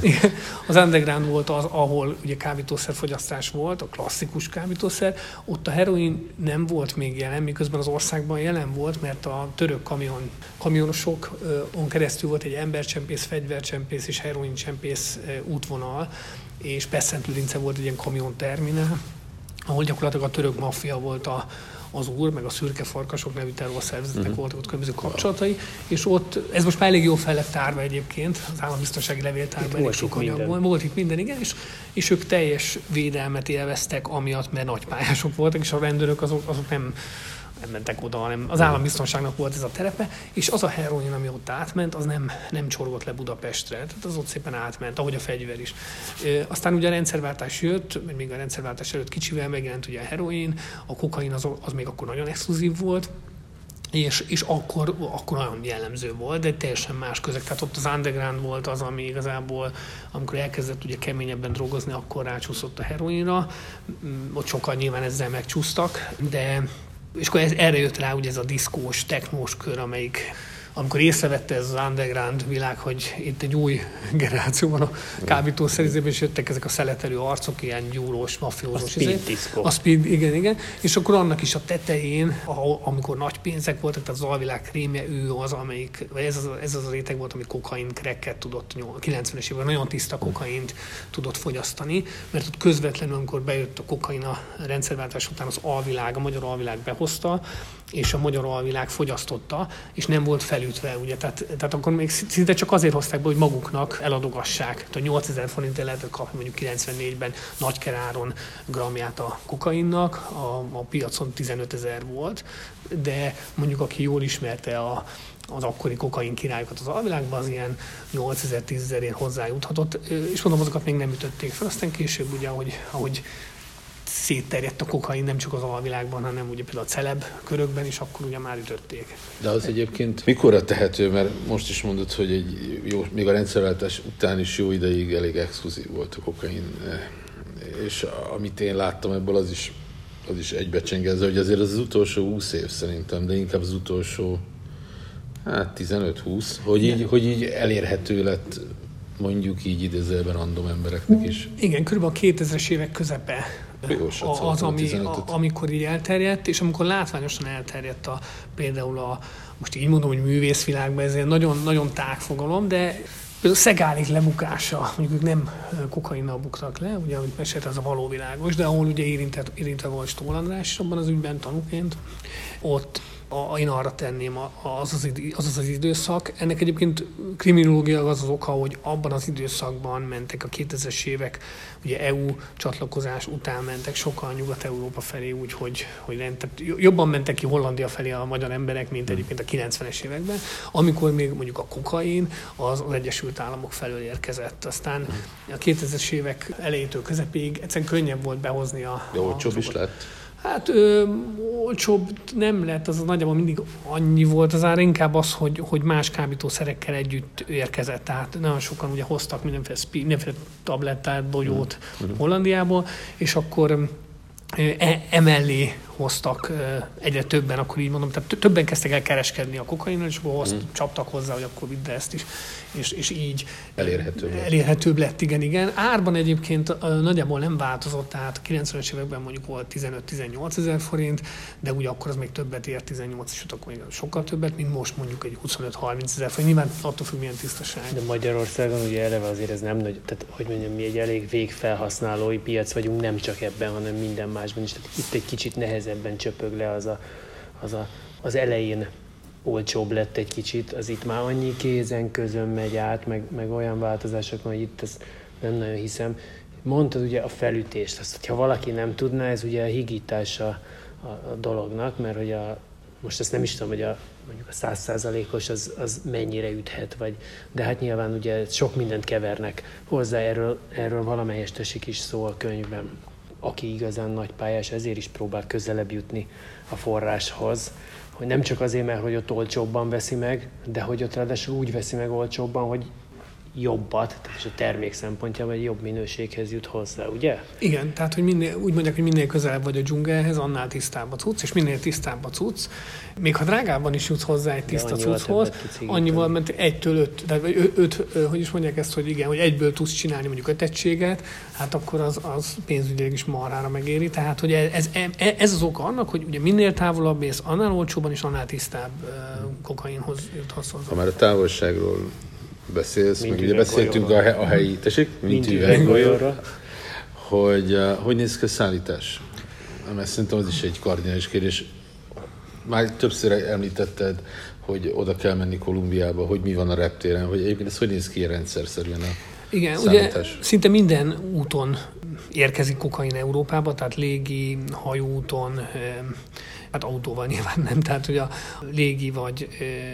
az underground volt az, ahol ugye kábítószerfogyasztás volt, a klasszikus kábítószer, ott a heroin nem volt még jelen, miközben az országban jelen volt, mert a török kamion, kamionosokon keresztül volt egy embercsempész, fegyvercsempész és heroincsempész útvonal, és Pest-Szent-Lőrince volt egy ilyen kamionterminál, ahol gyakorlatilag a török maffia volt a, az úr, meg a szürke farkasok nevű terrorszervezetek uh-huh. voltak ott különböző kapcsolatai, és ott, ez most már elég jól fel lett tárva egyébként, az állambiztonsági levéltárban elég sok anyag volt, volt itt minden, igen, és, és ők teljes védelmet élveztek amiatt, mert nagy pályások voltak, és a rendőrök azok, azok nem nem mentek oda, hanem az állambiztonságnak volt ez a terepe, és az a heroin, ami ott átment, az nem, nem csorgott le Budapestre, tehát az ott szépen átment, ahogy a fegyver is. E, aztán ugye a rendszerváltás jött, mert még a rendszerváltás előtt kicsivel megjelent ugye a heroin, a kokain az, az még akkor nagyon exkluzív volt, és, és akkor, akkor nagyon jellemző volt, de teljesen más közeg. Tehát ott az underground volt az, ami igazából, amikor elkezdett ugye keményebben drogozni, akkor rácsúszott a heroinra. Ott sokan nyilván ezzel megcsúsztak, de és akkor ez, erre jött rá ugye ez a diszkós, technós kör, amelyik, amikor észrevette ez az underground világ, hogy itt egy új generáció van a kábítószerizében, és jöttek ezek a szeletelő arcok, ilyen gyúrós, mafiózós. A speed diszkó. A speed, igen, igen. És akkor annak is a tetején, ahol, amikor nagy pénzek voltak, tehát az alvilág krémje, ő az, amelyik, vagy ez az, ez az a réteg volt, amit kokain, cracket tudott, kilencvenes években nagyon tiszta kokaint tudott fogyasztani, mert ott közvetlenül, amikor bejött a kokain a rendszerváltás után, az alvilág, a magyar alvilág behozta, és a magyar alvilág fogyasztotta, és nem volt felütve, ugye, tehát, tehát akkor még szinte csak azért hozták be, hogy maguknak eladogassák. Tehát nyolcezer forintért lehetett kapni mondjuk kilencvennégyben nagykeráron gramját a kokainnak, a, a piacon tizenötezer volt, de mondjuk aki jól ismerte a az akkori kokain királyokat az alvilágban, az ilyen nyolcezer-tízezerért hozzájuthatott, és mondom, azokat még nem ütötték fel. Aztán később ugye, ahogy, ahogy szétterjedt a kokain nem csak az alvilágban, hanem ugye például a celeb körökben is, akkor ugye már ütötték. De az egyébként mikorra tehető, mert most is mondod, hogy egy jó, még a rendszerváltás után is jó ideig elég exkluzív volt a kokain, és amit én láttam ebből, az is, az is egybecsengezve, hogy azért az, az utolsó húsz év szerintem, de inkább az utolsó hát tizenöt-húsz, hogy így, hogy így elérhető lett mondjuk így idézőjelben random embereknek is. Igen, körülbelül a kétezres évek közepe az, ami, a, amikor így elterjedt, és amikor látványosan elterjedt a, például a, most így mondom, hogy művészvilágban, ez egy nagyon, nagyon tág fogalom, de A szegálik lebukása, mondjuk ők nem kokainnal buktak le, ugye, amit mesélt, az a való világos, de ahol ugye érintett, érintett volt Stoll András is abban az ügyben tanúként, ott a, én arra tenném, az az, az az az időszak. Ennek egyébként kriminológiailag az az oka, hogy abban az időszakban mentek a kétezres évek, ugye é u csatlakozás után mentek sokan Nyugat-Európa felé, úgyhogy hogy tehát jobban mentek ki Hollandia felé a magyar emberek, mint egyébként a kilencvenes években, amikor még mondjuk a kokain az, az Egyesült Államok felől érkezett. Aztán a kétezres évek elejétől közepéig egyszerűen könnyebb volt behozni a... De olcsóbb is lett? Hát ö, olcsóbb nem lett, az nagyjából mindig annyi volt az ár, inkább az, hogy, hogy más kábítószerekkel együtt érkezett. Tehát nagyon sokan ugye hoztak mindenféle, mindenféle tablettát, bogyót mm. Hollandiából, és akkor e, emellé hoztak egyre többen, akkor így mondom, tehát többen kezdtek el kereskedni a kokainnal, és akkor hozt, mm. csaptak hozzá, hogy akkor vidd ezt is, és, és így elérhetőbb lett. elérhetőbb lett, igen, igen. Árban egyébként nagyjából nem változott, tehát a kilencvenes években mondjuk volt tizenöt-tizennyolc ezer forint, de ugye akkor az még többet ért, tizennyolc, és akkor még sokkal többet, mint most mondjuk egy huszonöt-harminc ezer forint, nyilván attól függ, milyen tisztaság. De Magyarországon ugye eleve azért ez nem nagy, tehát hogy mondjam, mi egy elég végfelhasználói piac vagyunk, nem csak ebben, hanem minden másban is, tehát itt egy kicsit nehezebben csöpög le az a, az, a, az elején olcsóbb lett egy kicsit, az itt már annyi kézen közön megy át, meg, meg olyan változások, hogy itt ezt nem nagyon hiszem. Mondtad ugye a felütést, azt, hogyha valaki nem tudná, ez ugye a higítása a, a dolognak, mert hogy a, most ezt nem is tudom, hogy a, mondjuk a száz százalékos az, az mennyire üthet, vagy, de hát nyilván ugye sok mindent kevernek hozzá, erről, erről valamelyest esik is szó a könyvben. Aki igazán nagy pályás, ezért is próbál közelebb jutni a forráshoz, hogy nem csak azért, mert hogy ott olcsóbban veszi meg, de hogy ott ráadásul úgy veszi meg olcsóbban, hogy jobbat, tehát a termék szempontjából egy jobb minőséghez jut hozzá, ugye? Igen, tehát hogy minél, úgy mondják, hogy minél közelebb vagy a dzsungelhez, annál tisztább a cucc, és minél tisztább a cucc, még ha drágában is jutsz hozzá egy tiszta cucchoz, annyival, mert egytől öt, tehát öt, öt, hogy is mondják ezt, hogy igen, hogy egyből tudsz csinálni mondjuk öt egységet, hát akkor az, az pénzügyileg is marhára megéri, tehát hogy ez, ez, ez az oka annak, hogy ugye minél távolabb és annál olcsóban és annál tisztább kokainhoz juthatsz hozzá. Ha már a távolságról beszélsz, mint meg ugye beszéltünk a, a helyi, tessék? Mint üveggolyóra. Hogy uh, hogy néz ki a szállítás? Mert szerintem az is egy kardinális kérdés. Már többször említetted, hogy oda kell menni Kolumbiába, hogy mi van a reptéren, hogy egyébként ez hogy néz ki rendszerszerűen a Igen, szállítás? Ugye szinte minden úton érkezik kokain Európába, tehát légi, hajóúton, hát autóval nyilván nem, tehát hogy a légi vagy,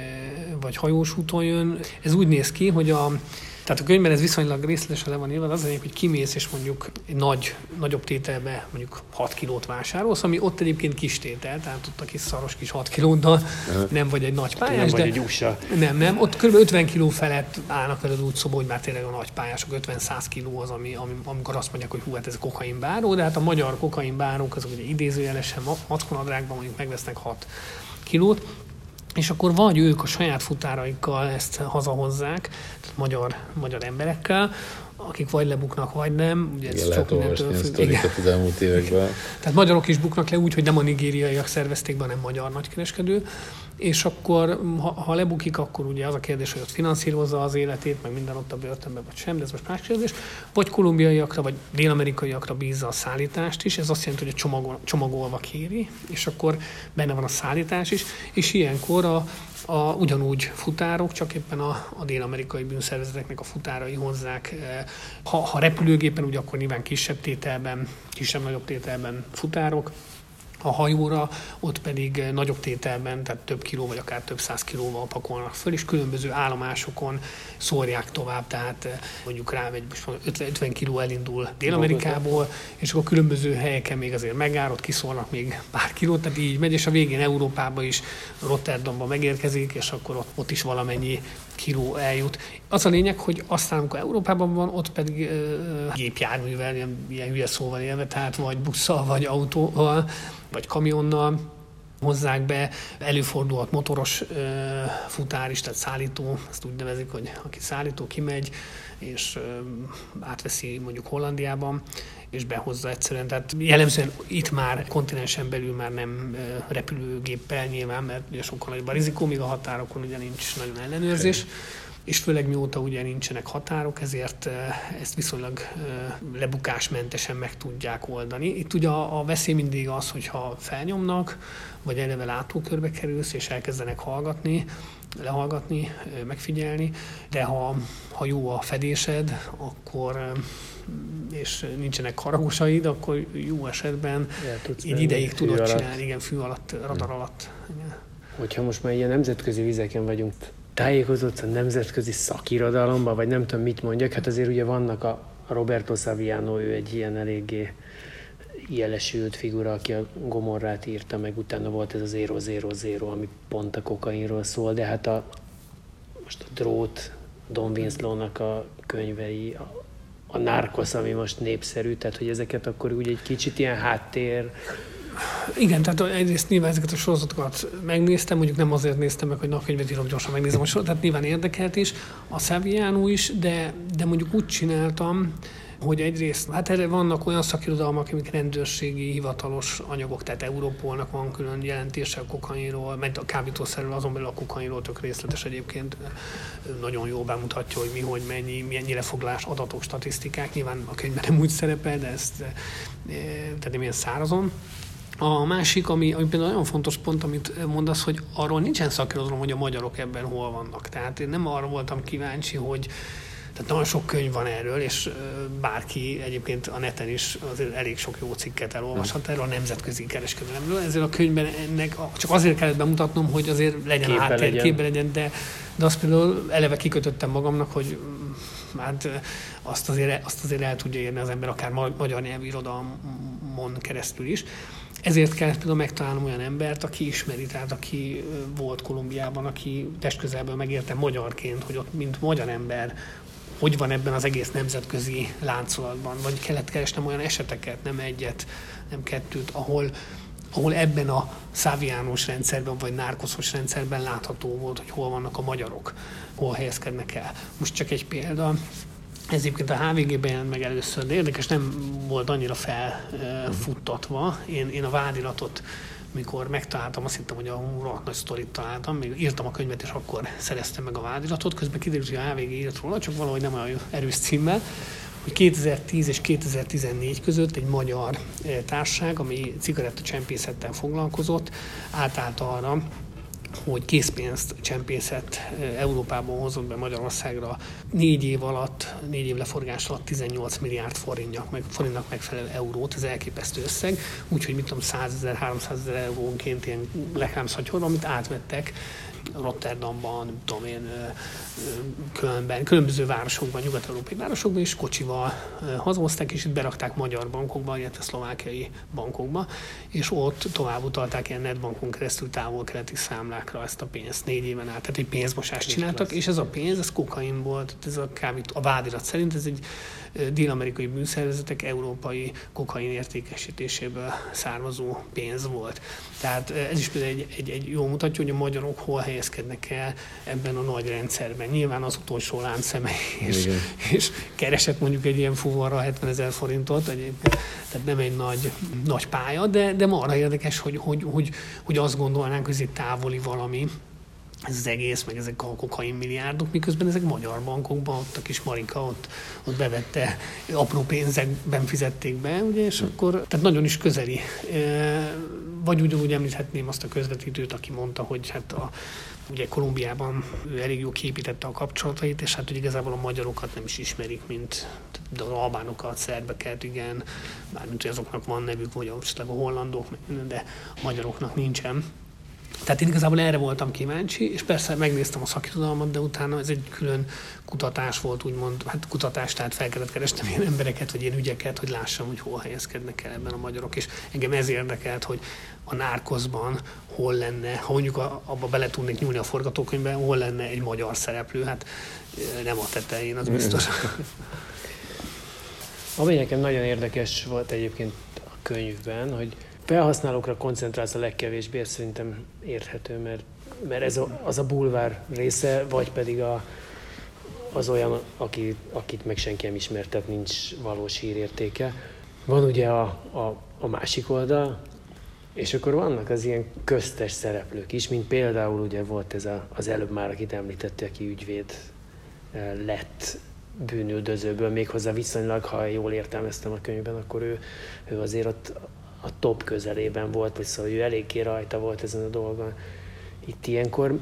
vagy hajós úton jön. Ez úgy néz ki, hogy a Tehát a könyvben ez viszonylag részletesen le van írva, az egyik, hogy kimész és mondjuk egy nagy, nagyobb tételbe mondjuk hat kilót vásárolsz, ami ott egyébként kis tétel, tehát ott a kis szaros kis hat kilóddal nem vagy egy nagy pályás. Nem de vagy egy u es á. Nem, nem. Ott kb. ötven kiló felett állnak veled úgy szoba, hogy már tényleg a nagy pályások, ötven-száz kiló az, ami, ami, amikor azt mondják, hogy hú, hát ez a kokainbáró, de hát a magyar kokainbárók azok ugye idézőjelesen mackonadrágban mondjuk megvesznek hat kilót, és akkor vagy ők a saját futáraikkal ezt hazahozzák, tehát magyar, magyar emberekkel, akik vagy lebuknak, vagy nem. Ugye igen, lehet olvasni a sztorikat az elmúlt években. Tehát magyarok is buknak le úgy, hogy nem a nigériaiak szervezték be, hanem magyar nagykereskedő. És akkor, ha, ha lebukik, akkor ugye az a kérdés, hogy ott finanszírozza az életét, meg minden ott a börtönben, vagy sem, de ez most más kérdés. Vagy kolumbiaiakra, vagy dél-amerikaiakra bízza a szállítást is, ez azt jelenti, hogy a csomagol, csomagolva kéri, és akkor benne van a szállítás is, és ilyenkor a, a, ugyanúgy futárok, csak éppen a, a dél-amerikai bűnszervezeteknek a futárai hozzák. Ha, ha repülőgépen, ugye akkor nyilván kisebb tételben, kisebb-nagyobb tételben futárok, a hajóra, ott pedig nagyobb tételben, tehát több kiló, vagy akár több száz kilóval pakolnak föl, és különböző állomásokon szórják tovább, tehát mondjuk rá egy ötven kiló elindul Dél-Amerikából, és akkor különböző helyeken még azért megáll, ott kiszórnak még pár kilót, tehát így megy, és a végén Európába is, Rotterdamba megérkezik, és akkor ott, ott is valamennyi kiló eljut. Az a lényeg, hogy aztán, amikor Európában van, ott pedig uh, gépjárművel, ilyen, ilyen hülye szóval élve, tehát vagy busszal, vagy autóval, vagy kamionnal hozzák be. Előfordulhat motoros uh, futár is, tehát szállító, ezt úgy nevezik, hogy aki szállító, kimegy, és uh, átveszi mondjuk Hollandiában, és behozza egyszerűen. Tehát jellemzően itt már kontinensen belül már nem uh, repülőgéppel nyilván, mert ugye sokkal nagyobb a rizikó, míg a határokon ugye nincs nagyon ellenőrzés. és főleg mióta ugye nincsenek határok, ezért ezt viszonylag lebukásmentesen meg tudják oldani. Itt ugye a veszély mindig az, hogyha felnyomnak, vagy eleve látókörbe kerülsz, és elkezdenek hallgatni, lehallgatni, megfigyelni, de ha, ha jó a fedésed, akkor és nincsenek haragosaid, akkor jó esetben egy ideig tudod alatt. csinálni, igen, fű alatt, radar alatt. Igen. Hogyha most már ilyen nemzetközi vizeken vagyunk, tájékozódsz a nemzetközi szakirodalomban, vagy nem tudom mit mondjak, hát azért ugye vannak a Roberto Saviano, ő egy ilyen eléggé jelesült figura, aki a Gomorrát írta, meg utána volt ez a zero zero zero, ami pont a kokainról szól, de hát a, most a Drót, Don Winslow-nak a könyvei, a, a Narcos, ami most népszerű, tehát hogy ezeket akkor úgy egy kicsit ilyen háttér. Igen, tehát egyrészt nyilván ezeket a sorozatokat megnéztem, mondjuk nem azért néztem meg, hogy napkönyvet írok, gyorsan megnézem a sorozatot, tehát nyilván érdekelt is, a Saviano is, de, de mondjuk úgy csináltam, hogy egyrészt, hát erre vannak olyan szakirodalmak, amik rendőrségi, hivatalos anyagok, tehát Europolnak van külön jelentése a kokainról, mert a kábítószerről, azon belül a kokainról tök részletes egyébként, nagyon jól bemutatja, hogy mi, hogy mennyi, milyen lefoglás, adatok, statisztikák, nyilván a könyvben nem úgy szerepel, de ezt tehát nem ilyen szárazon. A másik, ami, ami például nagyon fontos pont, amit mondasz, hogy arról nincsen szakirodalom, hogy a magyarok ebben hol vannak. Tehát én nem arra voltam kíváncsi, hogy tehát nagyon sok könyv van erről, és bárki egyébként a neten is azért elég sok jó cikket elolvashat erről a nemzetközi kereskedelemről. Ezért a könyvben ennek csak azért kellett bemutatnom, hogy azért legyen képbe háttér, legyen. képbe legyen, de, de azt például eleve kikötöttem magamnak, hogy hát azt azért, azt azért el tudja érni az ember akár magyar nyelvű irodalmon keresztül is. Ezért kellett például megtalálnom olyan embert, aki ismeri, tehát aki volt Kolumbiában, aki testközelből megérte magyarként, hogy ott mint magyar ember hogy van ebben az egész nemzetközi láncolatban, vagy kellett keresnem olyan eseteket, nem egyet, nem kettőt, ahol, ahol ebben a Savianos rendszerben, vagy Narcosos rendszerben látható volt, hogy hol vannak a magyarok, hol helyezkednek el. Most csak egy példa, ez egyébként a há vé gében jelent meg először, de érdekes, nem volt annyira felfuttatva. Én, én a vádiratot, mikor megtaláltam, azt hittem, hogy a rohadt nagy sztorit találtam, még írtam a könyvet, és akkor szereztem meg a vádiratot. Közben kiderült, hogy a há vé gé írt róla, csak valahogy nem olyan erős címmel, hogy kétezer-tíz és kétezer-tizennégy között egy magyar társaság, ami cigarettacsempészettel foglalkozott, átállt arra, hogy készpénzt csempészet Európában hozott be Magyarországra négy év alatt, négy év leforgás alatt tizennyolc milliárd forintnak, meg, forintnak megfelelő eurót, ez elképesztő összeg, úgyhogy mit tudom, százezer, háromszázezer eurónként ilyen reklámszatyor, amit átvettek Rotterdamban, nem tudom én, Kölnben, különböző városokban, nyugat-európai városokban, és kocsival hazahozták, és itt berakták magyar bankokba, illetve szlovákiai bankokba, és ott tovább utalták ilyen netbankon keresztül távol-keleti számlákra ezt a pénzt négy éven át. Tehát egy pénzmosást csináltak, és ez a pénz, ez kokain volt, ez a kábít, a vádirat szerint ez egy dél-amerikai bűnszervezetek európai kokain értékesítéséből származó pénz volt. Tehát ez is például egy, egy, egy jó mutatja, hogy a magyarok hol helyezkednek el ebben a nagy rendszerben. Nyilván az utolsó láncszeme, és, és keresett mondjuk egy ilyen fuvarra hetvenezer forintot, egyébként, tehát nem egy nagy, nagy pálya, de, de arra érdekes, hogy, hogy, hogy, hogy azt gondolnánk, hogy ez egy távoli valami, ez az egész, meg ezek a kokain milliárdok, miközben ezek magyar bankokban, ott a kis Marika ott, ott bevette, apró pénzekben fizették be, ugye, és akkor, tehát nagyon is közeli. Vagy ugyanúgy említhetném azt a közvetítőt, aki mondta, hogy hát a, ugye Kolumbiában ő elég jó képítette a kapcsolatait, és hát hogy igazából a magyarokat nem is ismerik, mint de az albánokat, szerbeket, igen, bármint, hogy azoknak van nevük, vagy esetleg a hollandok, de a magyaroknak nincsen. Tehát én igazából erre voltam kíváncsi, és persze megnéztem a szakirodalmat, de utána ez egy külön kutatás volt, úgymond, hát kutatás, tehát fel kellett kerestem ilyen embereket, vagy ilyen ügyeket, hogy lássam, hogy hol helyezkednek el ebben a magyarok. És engem ez érdekelt, hogy a Narcosban hol lenne, ha mondjuk a, abba bele tudnék nyúlni a forgatókönyvben, hol lenne egy magyar szereplő, hát nem a tetején, az biztos. Ami nekem nagyon érdekes volt egyébként a könyvben, hogy felhasználókra koncentrálsz a legkevésbé, ez szerintem érthető, mert, mert ez a, az a bulvár része, vagy pedig a, az olyan, aki, akit meg senki nem ismert, tehát nincs valós hírértéke. Van ugye a, a, a másik oldal, és akkor vannak az ilyen köztes szereplők is, mint például ugye volt ez a, az előbb már, akit említette, aki ügyvéd lett bűnüldözőből, méghozzá viszonylag, ha jól értelmeztem a könyvben, akkor ő, ő azért ott a top közelében volt, vagy szóval ő eléggé rajta volt ezen a dolgon. Itt ilyenkor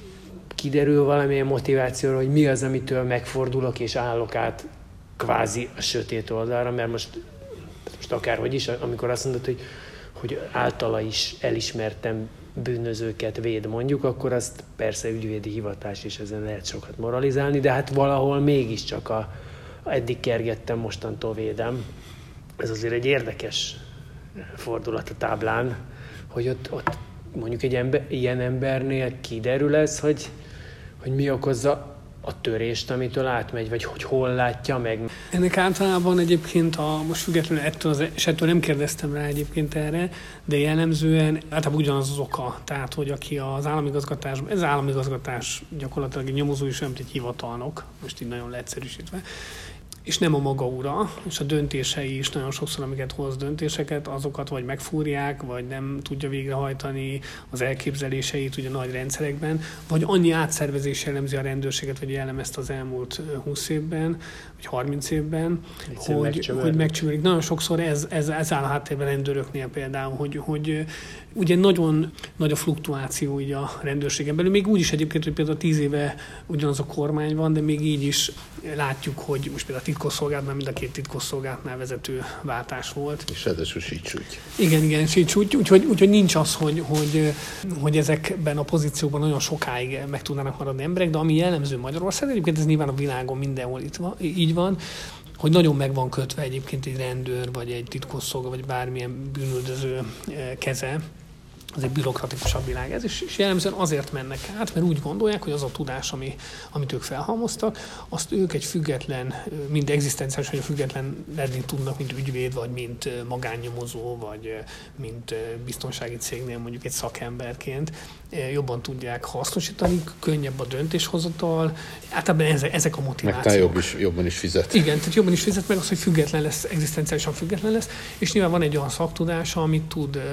kiderül valamilyen motivációra, hogy mi az, amitől megfordulok és állok át kvázi a sötét oldalra, mert most, most akárhogy is, amikor azt mondod, hogy, hogy általa is elismertem bűnözőket véd mondjuk, akkor azt persze ügyvédi hivatás, és ezen lehet sokat moralizálni, de hát valahol mégiscsak a, a eddig kergettem, mostantól védem. Ez azért egy érdekes fordulat a táblán, hogy ott, ott mondjuk egy ember, ilyen embernél kiderül ez, hogy, hogy mi okozza a törést, amitől átmegy, vagy hogy hol látja meg. Ennek általában egyébként, a, most függetlenül ettől, az, és ettől nem kérdeztem rá egyébként erre, de jellemzően általában ugyanaz az oka. Tehát, hogy aki az államigazgatás, ez az államigazgatás gyakorlatilag egy nyomozó is olyan, mint egy hivatalnok, most így nagyon leegyszerűsítve, és nem a maga ura, és a döntései is nagyon sokszor, amiket hoz döntéseket, azokat vagy megfúrják, vagy nem tudja végrehajtani az elképzeléseit ugye nagy rendszerekben, vagy annyi átszervezés jellemzi a rendőrséget, vagy jellemezte az elmúlt húsz évben, vagy harminc évben, Egyszer hogy, megcsömörlik. hogy megcsömörlik. Nagyon sokszor ez, ez, ez áll a háttérben rendőröknél például, hogy, hogy ugye nagyon nagy a fluktuáció így a rendőrségen belül. Még úgy is egyébként, hogy például tíz éve ugyanaz a kormány van, de még így is látjuk, hogy most például a titkosszolgálatnál, mind a két titkosszolgálatnál vezető váltás volt. És ráadásul sícsúgy. Igen, igen, sícsúgy. Úgyhogy, úgyhogy nincs az, hogy, hogy, hogy ezekben a pozíciókban nagyon sokáig meg tudnának maradni emberek, de ami jellemző Magyarországon, egyébként ez nyilván a világon mindenhol itt van, így van, hogy nagyon meg van kötve egyébként egy rendőr, vagy egy titkosszolga, vagy bármilyen bűnüldöző keze. Az egy bürokratikusabb világ ez, és jellemzően azért mennek át, mert úgy gondolják, hogy az a tudás, ami, amit ők felhalmoztak, azt ők egy független, mind egzisztenciális, vagy független lenni tudnak, mint ügyvéd, vagy mint magánnyomozó, vagy mint biztonsági cégnél mondjuk egy szakemberként jobban tudják hasznosítani, könnyebb a döntéshozatal, általában ezek a motivációk. Meg jobb is, jobban is fizet. Igen, tehát jobban is fizet meg az, hogy független lesz, egzisztenciálisan független lesz, és nyilván van egy olyan szaktudása, amit tud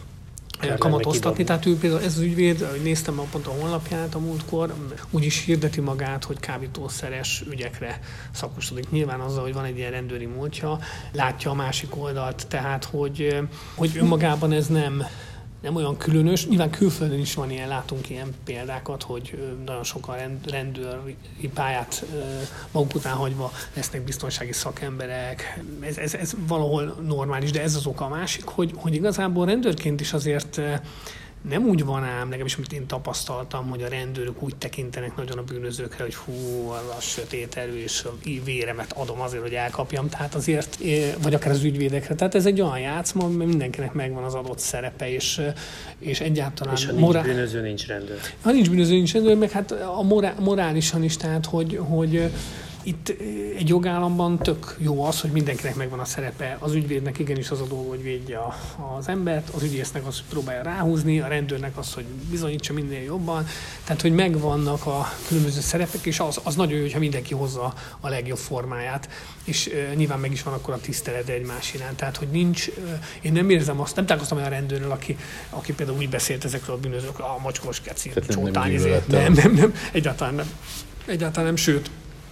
kamatoztatni. Tehát ő például ez az ügyvéd, ahogy néztem pont a honlapját a múltkor, úgy is hirdeti magát, hogy kábítószeres ügyekre szakosodik. Nyilván azzal, hogy van egy ilyen rendőri múltja, látja a másik oldalt, tehát hogy, hogy önmagában ez nem, nem olyan különös. Nyilván külföldön is van ilyen, látunk ilyen példákat, hogy nagyon sokan rendőri pályát maguk után hagyva lesznek biztonsági szakemberek. Ez, ez, ez valahol normális, de ez az oka. A másik, hogy, hogy igazából rendőrként is azért nem úgy van ám, legalábbis amit én tapasztaltam, hogy a rendőrök úgy tekintenek nagyon a bűnözőkre, hogy hú, az a sötét erő, és a véremet adom azért, hogy elkapjam. Tehát azért, vagy akár az ügyvédekre. Tehát ez egy olyan játszma, mert mindenkinek megvan az adott szerepe, és, és egyáltalán... És ha nincs morál... bűnöző, nincs rendőr. Ha nincs bűnöző, nincs rendőr, meg hát a morál, morálisan is, tehát hogy, hogy itt egy jogállamban tök jó az, hogy mindenkinek megvan a szerepe. Az ügyvédnek igenis az a dolga, hogy védje az embert, az ügyésznek az, hogy próbálja ráhúzni, a rendőrnek az, hogy bizonyítsa minél jobban. Tehát, hogy megvannak a különböző szerepek, és az, az nagyon jó, hogyha mindenki hozza a legjobb formáját. És uh, nyilván meg is van akkor a tisztelet egymás iránt. Tehát, hogy nincs, uh, én nem érzem azt, nem találkoztam olyan rendőrről, aki, aki például úgy beszélt ezekről a bűnözőkről, a macskos keci, csótány, nem, nem, nem, egyáltalán nem. Egyáltalán nem, sőt,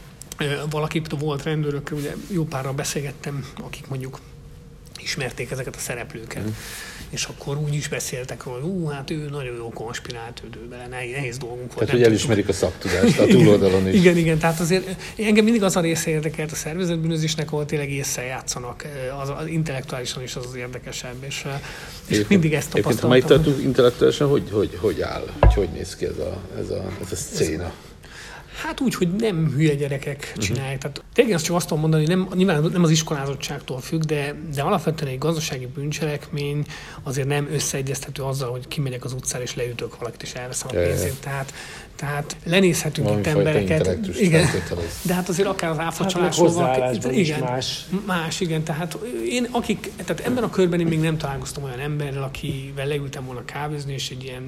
valaki volt rendőrökkel, ugye jó párral beszélgettem, akik mondjuk ismerték ezeket a szereplőket. Mm. És akkor úgy is beszéltek, hogy ú, hát ő nagyon jó konspirált, ő bele, nehéz dolgunk volt. Tehát, hogy elismerik a szaktudást a túloldalon is. Igen, igen, tehát azért engem mindig az a része érdekelt a szervezetbűnözésnek, ahol tényleg ésszel játszanak, az, az intellektuálisan is az az érdekesebb, és, és mindig ezt tapasztaltam. Ha itt tartunk intellektuálisan, hogy, hogy, hogy áll, hogy hogy néz ki ez a, ez a, ez a szcéna? Hát úgy, hogy nem hülye gyerekek csinálják. Uh-huh. Tehát tényleg azt csak azt tudom mondani, nem, nyilván nem az iskolázottságtól függ, de, de alapvetően egy gazdasági bűncselekmény azért nem összeegyeztető azzal, hogy kimegyek az utcára és leütök valakit és elveszem a pénzét. Tehát, tehát lenézhetünk itt embereket. Igen, de hát azért akár az áfacsalással. Hát igen, más. Más, igen. Tehát én, akik, tehát ebben a körben én még nem találkoztam olyan emberrel, akivel leültem volna kávézni, és egy ilyen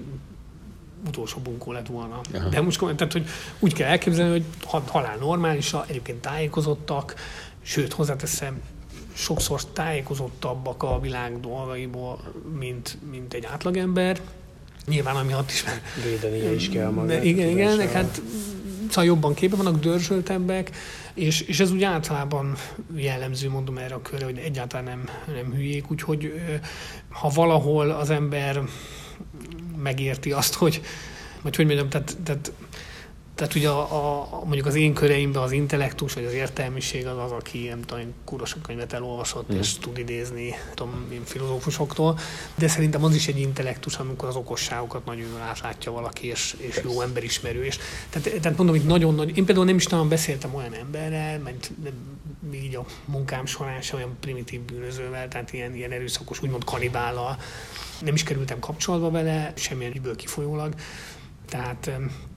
utolsó bunkó lett volna. Aha. De most tehát, hogy úgy kell elképzelni, hogy halál normálisan, egyébként tájékozottak, sőt, hozzáteszem, sokszor tájékozottabbak a világ dolgaiból, mint, mint egy átlagember. Nyilván, ami hat is... Védenie is kell magát. Igen, igen, hát szóval jobban képben vannak, dörzsöltebbek, és, és ez úgy általában jellemző, mondom erre a körre, hogy egyáltalán nem, nem hülyék, úgyhogy ha valahol az ember megérti azt, hogy, vagy hogy mondjam, tehát, tehát Tehát ugye a, a, mondjuk az én köreimben az intellektus, vagy az értelmiség az az, aki nem tudom, kurva sok könyvet elolvasott, mm. és tud idézni, tudom, én filozófusoktól, de szerintem az is egy intellektus, amikor az okosságokat nagyon jól átlátja valaki, és, és jó emberismerő. És, tehát, tehát mondom, hogy nagyon nagy, én például nem is talán beszéltem olyan emberrel, mert így a munkám során sem olyan primitív bűnözővel, tehát ilyen, ilyen erőszakos, úgymond kanibállal, nem is kerültem kapcsolatba vele, semmilyen ügyből kifolyólag. Tehát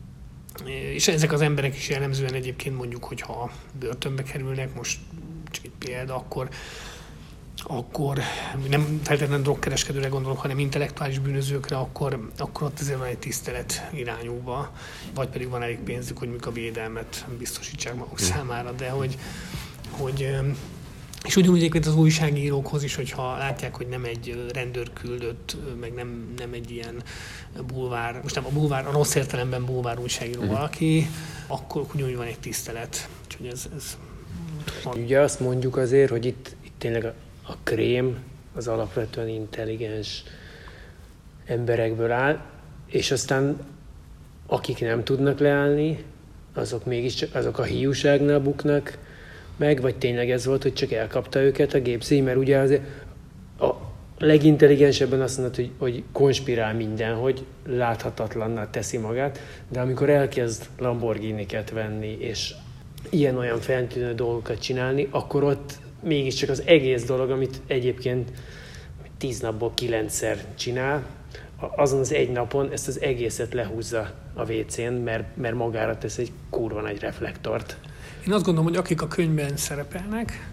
és ezek az emberek is jellemzően egyébként mondjuk, hogyha börtönbe kerülnek, most csak egy példa, akkor, akkor nem feltétlenül drogkereskedőre gondolok, hanem intellektuális bűnözőkre, akkor, akkor ott azért van egy tisztelet irányúba, vagy pedig van elég pénzük, hogy mik a védelmet biztosítsák maguk számára, de hogy, hogy és ugyanúgy egyébként az újságírókhoz is, hogyha látják, hogy nem egy rendőr küldött, meg nem, nem egy ilyen bulvár, most nem a bulvár, a rossz értelemben bulvár újságíró uh-huh. valaki, akkor ugyanúgy van egy tisztelet. Úgyhogy ez, ez... Ugye azt mondjuk azért, hogy itt, itt tényleg a, a krém az alapvetően intelligens emberekből áll, és aztán akik nem tudnak leállni, azok mégiscsak azok a hiúságnál buknak meg, vagy tényleg ez volt, hogy csak elkapta őket a gépszíj, mert ugye azért a legintelligensebben azt mondod, hogy, hogy konspirál minden, hogy láthatatlanná teszi magát, de amikor elkezd Lamborghiniket venni, és ilyen-olyan feltűnő dolgokat csinálni, akkor ott mégiscsak az egész dolog, amit egyébként tíz napból kilencszer csinál, azon az egy napon ezt az egészet lehúzza a vécén, mert, mert magára tesz egy kurva nagy reflektort. Én azt gondolom, hogy akik a könyvben szerepelnek,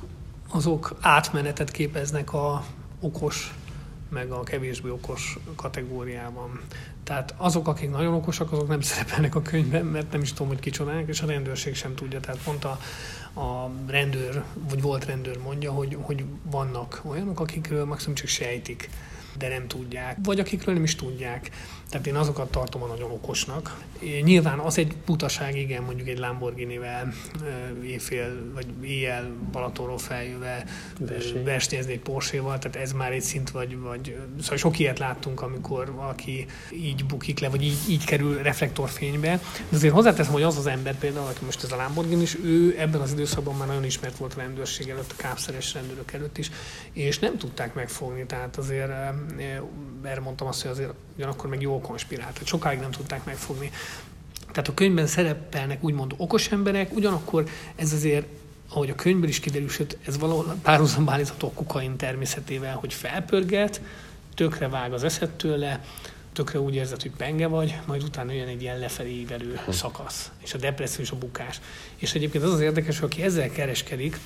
azok átmenetet képeznek a okos, meg a kevésbé okos kategóriában. Tehát azok, akik nagyon okosak, azok nem szerepelnek a könyvben, mert nem is tudom, hogy kicsodálják, és a rendőrség sem tudja. Tehát pont a, a rendőr, vagy volt rendőr mondja, hogy, hogy vannak olyanok, akikről maximum csak sejtik, de nem tudják, vagy akikről nem is tudják. Tehát én azokat tartom a nagyon okosnak. Nyilván az egy butaság, igen, mondjuk egy Lamborghinivel éjfél, vagy éjjel Balatonról feljöve versenyezni egy Porsche-val, tehát ez már egy szint, vagy, vagy szóval sok ilyet láttunk, amikor valaki így bukik le, vagy így, így kerül reflektorfénybe. De azért hozzáteszem, hogy az az ember például, aki most ez a Lamborghini is, ő ebben az időszakban már nagyon ismert volt a rendőrség előtt, a kápszeres rendőrök előtt is, és nem tudták megfogni, tehát azért erre mondtam azt, hogy azért ugyanakkor meg jól konspirált, tehát sokáig nem tudták megfogni. Tehát a könyvben szerepelnek úgymond okos emberek, ugyanakkor ez azért, ahogy a könyvből is kiderül, sőt, ez valahol párhuzamba állítható a kokain természetével, hogy felpörget, tökre vág az eszed tőle, tökre úgy érzed, hogy penge vagy, majd utána jön egy ilyen lefelé ívelő szakasz, és a depresszió és a bukás. És egyébként az az érdekes, hogy aki ezzel kereskedik,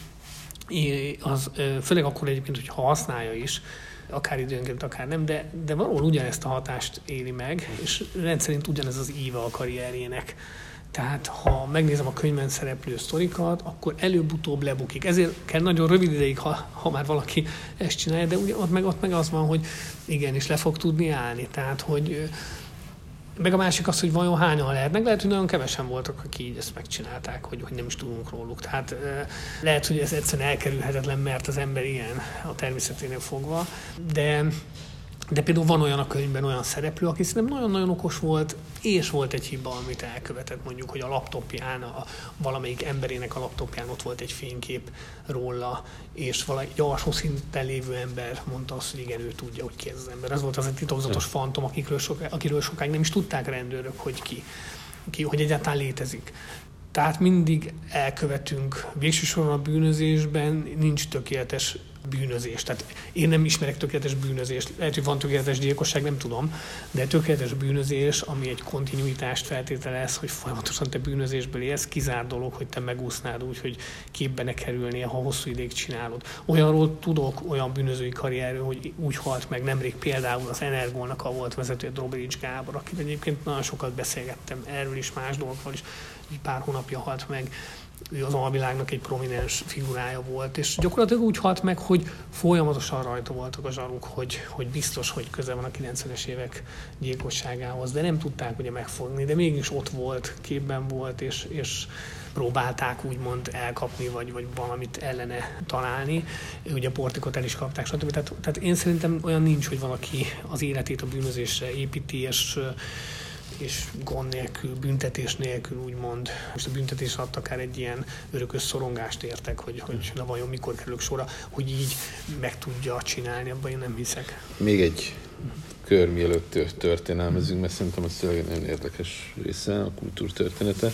az főleg akkor egyébként, hogy használja is, akár időnként, akár nem, de, de valahol ugyanezt a hatást éli meg, és rendszerint ugyanez az íve a karrierjének. Tehát ha megnézem a könyvben szereplő sztorikat, akkor előbb-utóbb lebukik. Ezért kell nagyon rövid ideig, ha, ha már valaki ezt csinálja, de ugye ott meg, ott meg az van, hogy igenis le fog tudni állni. Tehát, hogy meg a másik az, hogy vajon hányan lehetnek. Lehet, hogy nagyon kevesen voltak, akik így ezt megcsinálták, hogy, hogy nem is tudunk róluk. Tehát lehet, hogy ez egyszerűen elkerülhetetlen, mert az ember ilyen a természeténél fogva. De, de például van olyan a könyvben olyan szereplő, aki szerintem nagyon-nagyon okos volt, és volt egy hiba, amit elkövetett, mondjuk, hogy a laptopján, a valamelyik emberének a laptopján ott volt egy fénykép róla, és valami egy alsó szinten lévő ember mondta azt, hogy igen, ő tudja, hogy ki ez az ember. Ez volt az egy titokzatos fantom, akikről soká, akiről sokáig nem is tudták rendőrök, hogy ki, ki, hogy egyáltalán létezik. Tehát mindig elkövetünk, végső soron a bűnözésben nincs tökéletes bűnözés. Tehát én nem ismerek tökéletes bűnözést. Lehet, hogy van tökéletes gyilkosság, nem tudom, de tökéletes bűnözés, ami egy kontinuitást feltételez, hogy folyamatosan te bűnözésből élsz, kizár dolog, hogy te megúsznád úgy, hogy képbe ne kerülnél, ha hosszú ideig csinálod. Olyanról tudok, olyan bűnözői karrierről, hogy úgy halt meg nemrég például az Energolnak a volt vezetője, Drobilics Gábor, akit egyébként nagyon sokat beszélgettem erről is, más dolgokról is, egy pár hónapja halt meg. ő az alvilágnak egy prominens figurája volt, és gyakorlatilag úgy halt meg, hogy folyamatosan rajta voltak a zsaruk, hogy, hogy biztos, hogy köze van a kilencvenes évek gyilkosságához, de nem tudták ugye megfogni, de mégis ott volt, képben volt, és, és próbálták úgymond elkapni, vagy, vagy valamit ellene találni. Ugye a Portikot el is kapták, stb. Tehát, tehát én szerintem olyan nincs, hogy valaki az életét a bűnözésre építi, és és gond nélkül, büntetés nélkül úgymond. Most a büntetés alatt akár egy ilyen örökös szorongást értek, hogy, hogy na vajon mikor kerülök sorra, hogy így meg tudja csinálni, abban én nem hiszek. Még egy kör mielőtt történelmezünk, mert szerintem az tényleg nagyon érdekes része a kultúrtörténete.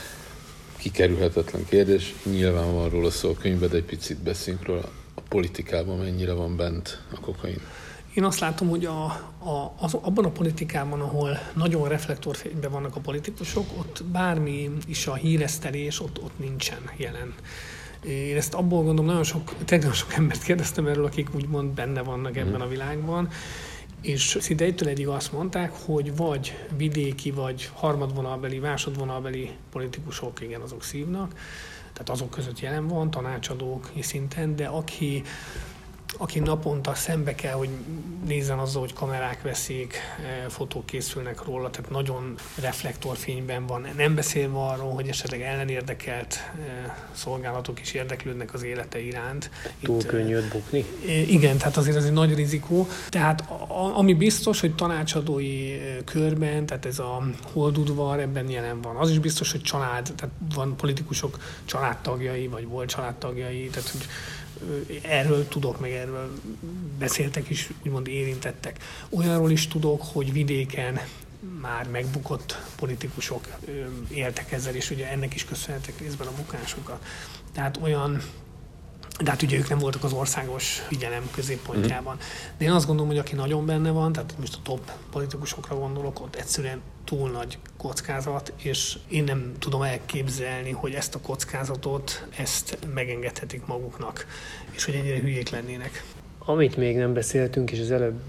Kikerülhetetlen kérdés, nyilván van róla szó a könyvben, de egy picit beszéljünk róla. A politikában mennyire van bent a kokain? Én azt látom, hogy a, a, az, abban a politikában, ahol nagyon reflektorfényben vannak a politikusok, ott bármi is a híresztelés, ott, ott nincsen jelen. Én ezt abból gondolom, nagyon sok, nagyon sok embert kérdeztem erről, akik úgymond benne vannak ebben a világban, és szinte egytől egyig azt mondták, hogy vagy vidéki, vagy harmadvonalbeli, másodvonalbeli politikusok, igen, azok szívnak, tehát azok között jelen van, tanácsadók szinten, de aki aki naponta szembe kell, hogy nézzen azzal, hogy kamerák veszik, fotók készülnek róla, tehát nagyon reflektorfényben van. Nem beszélve arról, hogy esetleg ellenérdekelt szolgálatok is érdeklődnek az élete iránt. Túl könnyű bukni? Igen, tehát azért ez egy nagy rizikó. Tehát ami biztos, hogy tanácsadói körben, tehát ez a holdudvar ebben jelen van. Az is biztos, hogy család, tehát van politikusok családtagjai, vagy volt családtagjai, tehát hogy erről tudok, meg erről beszéltek is, úgymond érintettek. Olyanról is tudok, hogy vidéken már megbukott politikusok éltek ezzel, és ugye ennek is köszönhetek részben a bukásukat. Tehát olyan, de hát ugye ők nem voltak az országos figyelem középpontjában. De én azt gondolom, hogy aki nagyon benne van, tehát most a top politikusokra gondolok, ott egyszerűen túl nagy kockázat, és én nem tudom elképzelni, hogy ezt a kockázatot, ezt megengedhetik maguknak, és hogy ennyire hülyék lennének. Amit még nem beszéltünk, és az előbb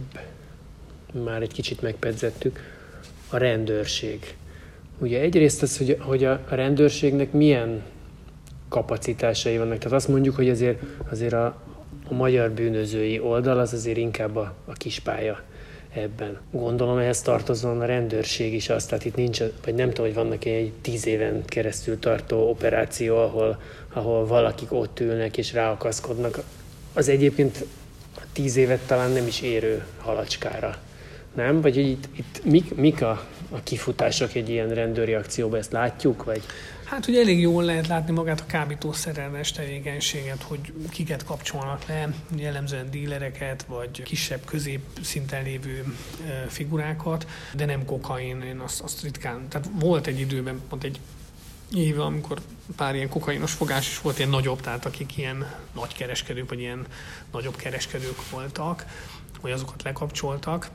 már egy kicsit megpedzettük, a rendőrség. Ugye egyrészt az, hogy, hogy a rendőrségnek milyen kapacitásai vannak. Tehát azt mondjuk, hogy azért, azért a, a magyar bűnözői oldal az azért inkább a, a kispálya ebben. Gondolom ehhez tartozóan a rendőrség is azt, tehát itt nincs, vagy nem tudom, hogy vannak egy tíz éven keresztül tartó operáció, ahol, ahol valakik ott ülnek és ráakaszkodnak. Az egyébként tíz évet talán nem is érő halacskára. Nem? Vagy hogy itt, itt mik, mik a, a kifutások egy ilyen rendőri akcióban, ezt látjuk? Vagy? Hát ugye elég jól lehet látni magát a kábítószerelmes tevékenységet, hogy kiket kapcsolnak le, jellemzően dílereket, vagy kisebb középszinten lévő figurákat, de nem kokain, én azt, azt ritkán. Tehát volt egy időben, pont egy éve, amikor pár ilyen kokainos fogás is volt, ilyen nagyobb, tehát akik ilyen nagy kereskedők, vagy ilyen nagyobb kereskedők voltak, hogy azokat lekapcsoltak.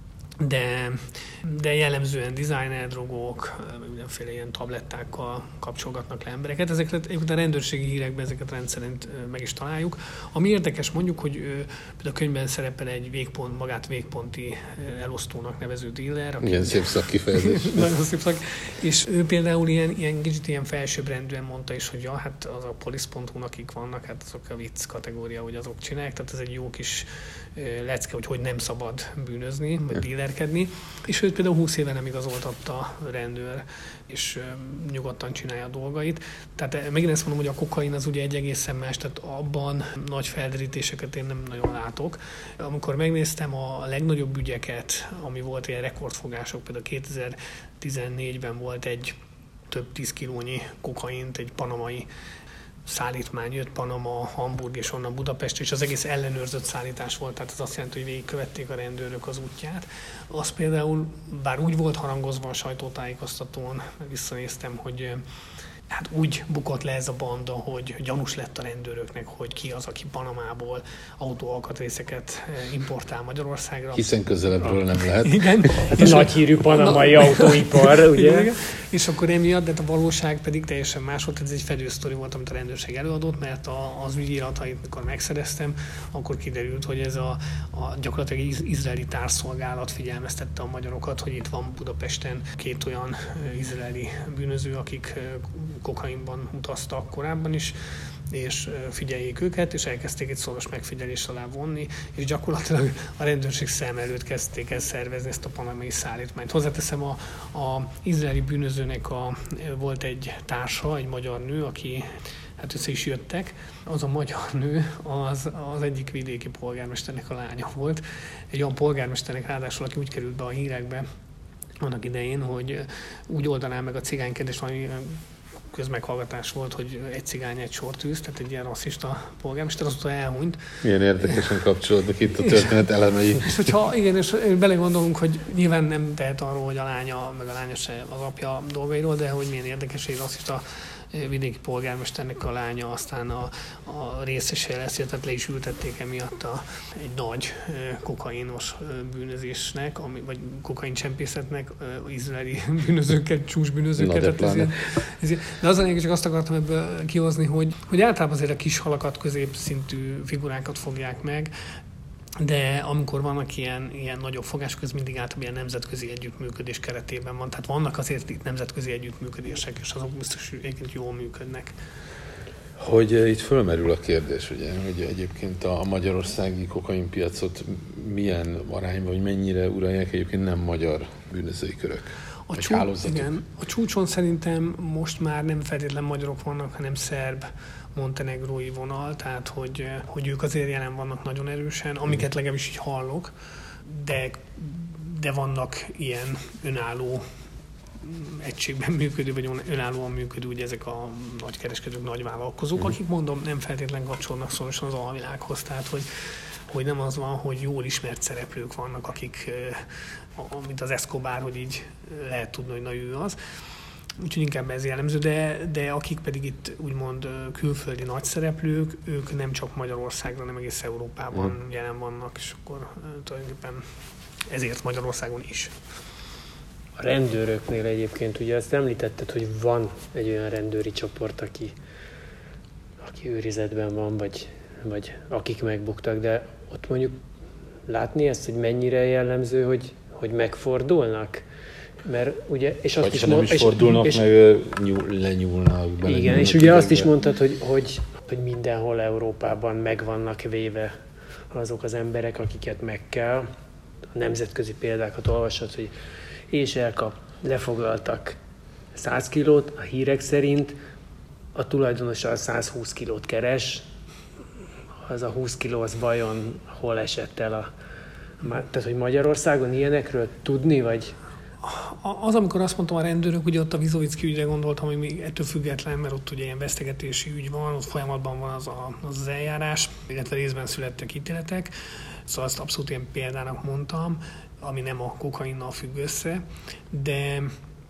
De, de jellemzően designer drogok, mindenféle ilyen tablettákkal kapcsolgatnak le embereket. Ezeket a rendőrségi hírekben ezeket rendszerint meg is találjuk. Ami érdekes mondjuk, hogy például a könyvben szerepel egy végpont, magát végponti elosztónak nevező dealer. Igen, szép szakkifejezés. Nagyon szép szak. És ő például ilyen, ilyen kicsit ilyen felsőbbrendűen mondta is, hogy ja, hát az a polisz pont hu, akik vannak, hát azok a vicc kategória, hogy azok csinálják. Tehát ez egy jó kis lecke, hogy hogy nem szabad bűnözni, vagy dealerkedni. És őt például húsz éve nem igazoltatta a rendőr, és nyugodtan csinálja a dolgait. Tehát megint ezt mondom, hogy a kokain az ugye egy egészen más, tehát abban nagy felderítéseket én nem nagyon látok. Amikor megnéztem a legnagyobb ügyeket, ami volt ilyen rekordfogások, például kétezer-tizennégyben volt egy több tíz kilónyi kokaint, egy panamai szállítmány jött Panama, Hamburg és onnan Budapest, és az egész ellenőrzött szállítás volt, tehát ez azt jelenti, hogy végigkövették a rendőrök az útját. Az például, bár úgy volt harangozva a sajtótájékoztatón, visszanéztem, hogy hát úgy bukott le ez a banda, hogy gyanús lett a rendőröknek, hogy ki az, aki Panamából autóalkatrészeket importál Magyarországra. Hiszen közelebbről nem lehet. Igen. Hát a nagy hírű panamai autóipar, ugye? Igen. És akkor emiatt, de a valóság pedig teljesen más volt, ez egy fedősztori volt, amit a rendőrség előadott, mert a, az ügyiratait, mikor megszereztem, akkor kiderült, hogy ez a, a gyakorlatilag izraeli társzolgálat figyelmeztette a magyarokat, hogy itt van Budapesten két olyan izraeli bűnöző, akik kokainban utaztak korábban is, és figyeljék őket, és elkezdték egy szoros megfigyelés alá vonni, és gyakorlatilag a rendőrség szem előtt kezdték el szervezni ezt a panamai szállítmányt. Hozzáteszem, a, a izraeli bűnözőnek a, volt egy társa, egy magyar nő, aki hát össze is jöttek. Az a magyar nő az, az egyik vidéki polgármesternek a lánya volt. Egy olyan polgármesternek ráadásul, aki úgy került be a hírekbe annak idején, hogy úgy oldaná meg a cigánykedést, valami közmeghallgatás volt, hogy egy cigány egy sort űz, tehát egy ilyen rasszista polgármester, azóta elhunyt. Milyen érdekesen kapcsolódnak itt a történet elemei. És hogyha igen, és belegondolunk, hogy nyilván nem tehet arról, hogy a lánya, meg a lánya se az apja dolgairól, de hogy milyen érdekes, hogy rasszista vidéki polgármesternek a lánya aztán a, a részese lesz, tehát le is ültették emiatt a, egy nagy kokainos bűnözésnek, ami, vagy kokaincsempészetnek, izraeli bűnözőket, csúcsbűnözőket. Tehát ezért, ezért, de az a lényeg, csak azt akartam ebből kihozni, hogy, hogy általában azért a kis halakat, középszintű figurákat fogják meg, de amikor vannak ilyen, ilyen nagyobb fogások, ez mindig általában ilyen nemzetközi együttműködés keretében van. Tehát vannak azért itt nemzetközi együttműködések, és azok biztos, hogy egyébként jól működnek. Hogy itt fölmerül a kérdés, ugye, hogy egyébként a magyarországi kokainpiacot milyen arányban, vagy mennyire uralják egyébként nem magyar bűnözői körök? A, csú, igen, a csúcson szerintem most már nem feltétlen magyarok vannak, hanem szerb, montenegrói vonal, tehát hogy, hogy ők azért jelen vannak nagyon erősen, amiket legalábbis így hallok, de, de vannak ilyen önálló egységben működő, vagy önállóan működő, ugye ezek a nagykereskedők, nagyvállalkozók, akik mondom nem feltétlenül kapcsolnak szorosan az alvilághoz, tehát hogy, hogy nem az van, hogy jól ismert szereplők vannak, akik, mint az Escobar, hogy így lehet tudni, hogy na ő az. Úgyhogy inkább ez jellemző, de, de akik pedig itt úgymond külföldi nagyszereplők, ők nem csak Magyarországra, hanem egész Európában mm. jelen vannak, és akkor tulajdonképpen ezért Magyarországon is. A rendőröknél egyébként ugye azt említetted, hogy van egy olyan rendőri csoport, aki, aki őrizetben van, vagy, vagy akik megbuktak, de ott mondjuk látni ezt, hogy mennyire jellemző, hogy, hogy megfordulnak? Mert ugye, és azt vagy is ha nem mond, is fordulnak, és, meg nyúl, lenyúlnak. Igen, és ugye azt is mondtad, hogy, hogy, hogy mindenhol Európában meg vannak véve azok az emberek, akiket meg kell. A nemzetközi példákat olvasod, hogy és elkap, lefoglaltak száz kilót, a hírek szerint a tulajdonosa százhúsz kilót keres, az a húsz kiló az vajon hol esett el a... Tehát, hogy Magyarországon ilyenekről tudni, vagy... Az, amikor azt mondtam a rendőrök, ugye ott a Vizovicki ügyre gondoltam, hogy még ettől független, mert ott ugye ilyen vesztegetési ügy van, ott folyamatban van az a, az, az eljárás, illetve részben születtek ítéletek, szóval azt abszolút ilyen példának mondtam, ami nem a kokainnal függ össze, de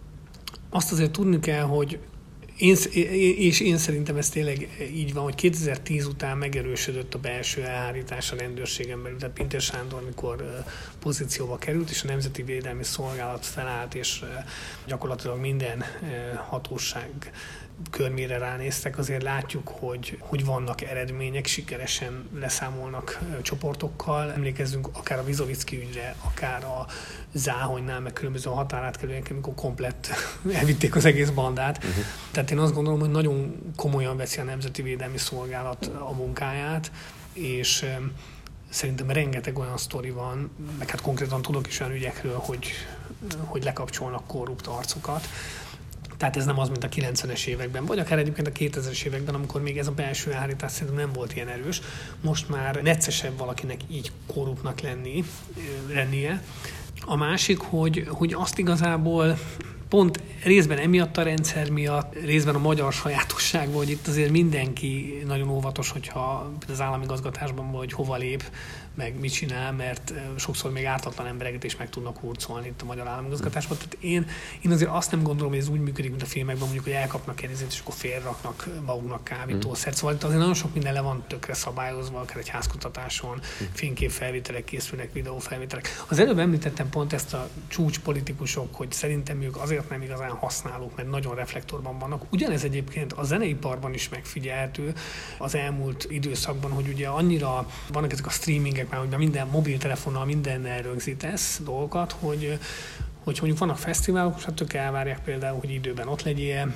azt azért tudni kell, hogy én, és én szerintem ez tényleg így van, hogy kétezer-tíz után megerősödött a belső elhárítás a rendőrségen belül. Tehát Pintér Sándor, amikor pozícióba került, és a Nemzeti Védelmi Szolgálat felállt, és gyakorlatilag minden hatóság körmére ránéztek, azért látjuk, hogy, hogy vannak eredmények, sikeresen leszámolnak csoportokkal. Emlékezzünk akár a Vizovicki ügyre, akár a Záhonynál, meg különböző határátkelőeken, amikor komplett elvitték az egész bandát. Uh-huh. Tehát én azt gondolom, hogy nagyon komolyan veszi a Nemzeti Védelmi Szolgálat a munkáját, és szerintem rengeteg olyan sztori van, meg hát konkrétan tudok is olyan ügyekről, hogy, hogy lekapcsolnak korrupt arcokat. Tehát ez nem az, mint a kilencvenes években, vagy akár egyébként a kétezres években, amikor még ez a belső elhárítás szerintem nem volt ilyen erős. Most már neccesebb valakinek így korruptnak lenni, lennie. A másik, hogy, hogy azt igazából pont részben emiatt a rendszer miatt, részben a magyar sajátosságban, hogy itt azért mindenki nagyon óvatos, hogyha az államigazgatásban hogy hova lép, meg mit csinál, mert sokszor még ártatlan embereket is meg tudnak hurcolni itt a magyar államigazgatásban. Tehát én, én azért azt nem gondolom, hogy ez úgy működik, mint a filmekben, mondjuk, hogy elkapnak kerizét, és akkor félraknak maguknak kábítószert. Szóval itt azért nagyon sok minden le van tökre szabályozva, akár egy házkutatáson, fényképfelvételek készülnek, videófelvételek. Az előbb említettem pont ezt a csúcspolitikusok, hogy szerintem ők azért nem igazán használók, mert nagyon reflektorban vannak. Ugyanez egyébként a zeneiparban is megfigyelhető az elmúlt időszakban, hogy ugye annyira vannak ezek a streamingek, már hogy minden mobiltelefonnal mindennel rögzítesz dolgokat, hogy, hogy mondjuk vannak fesztiválok, és hát tök elvárják például, hogy időben ott legyél,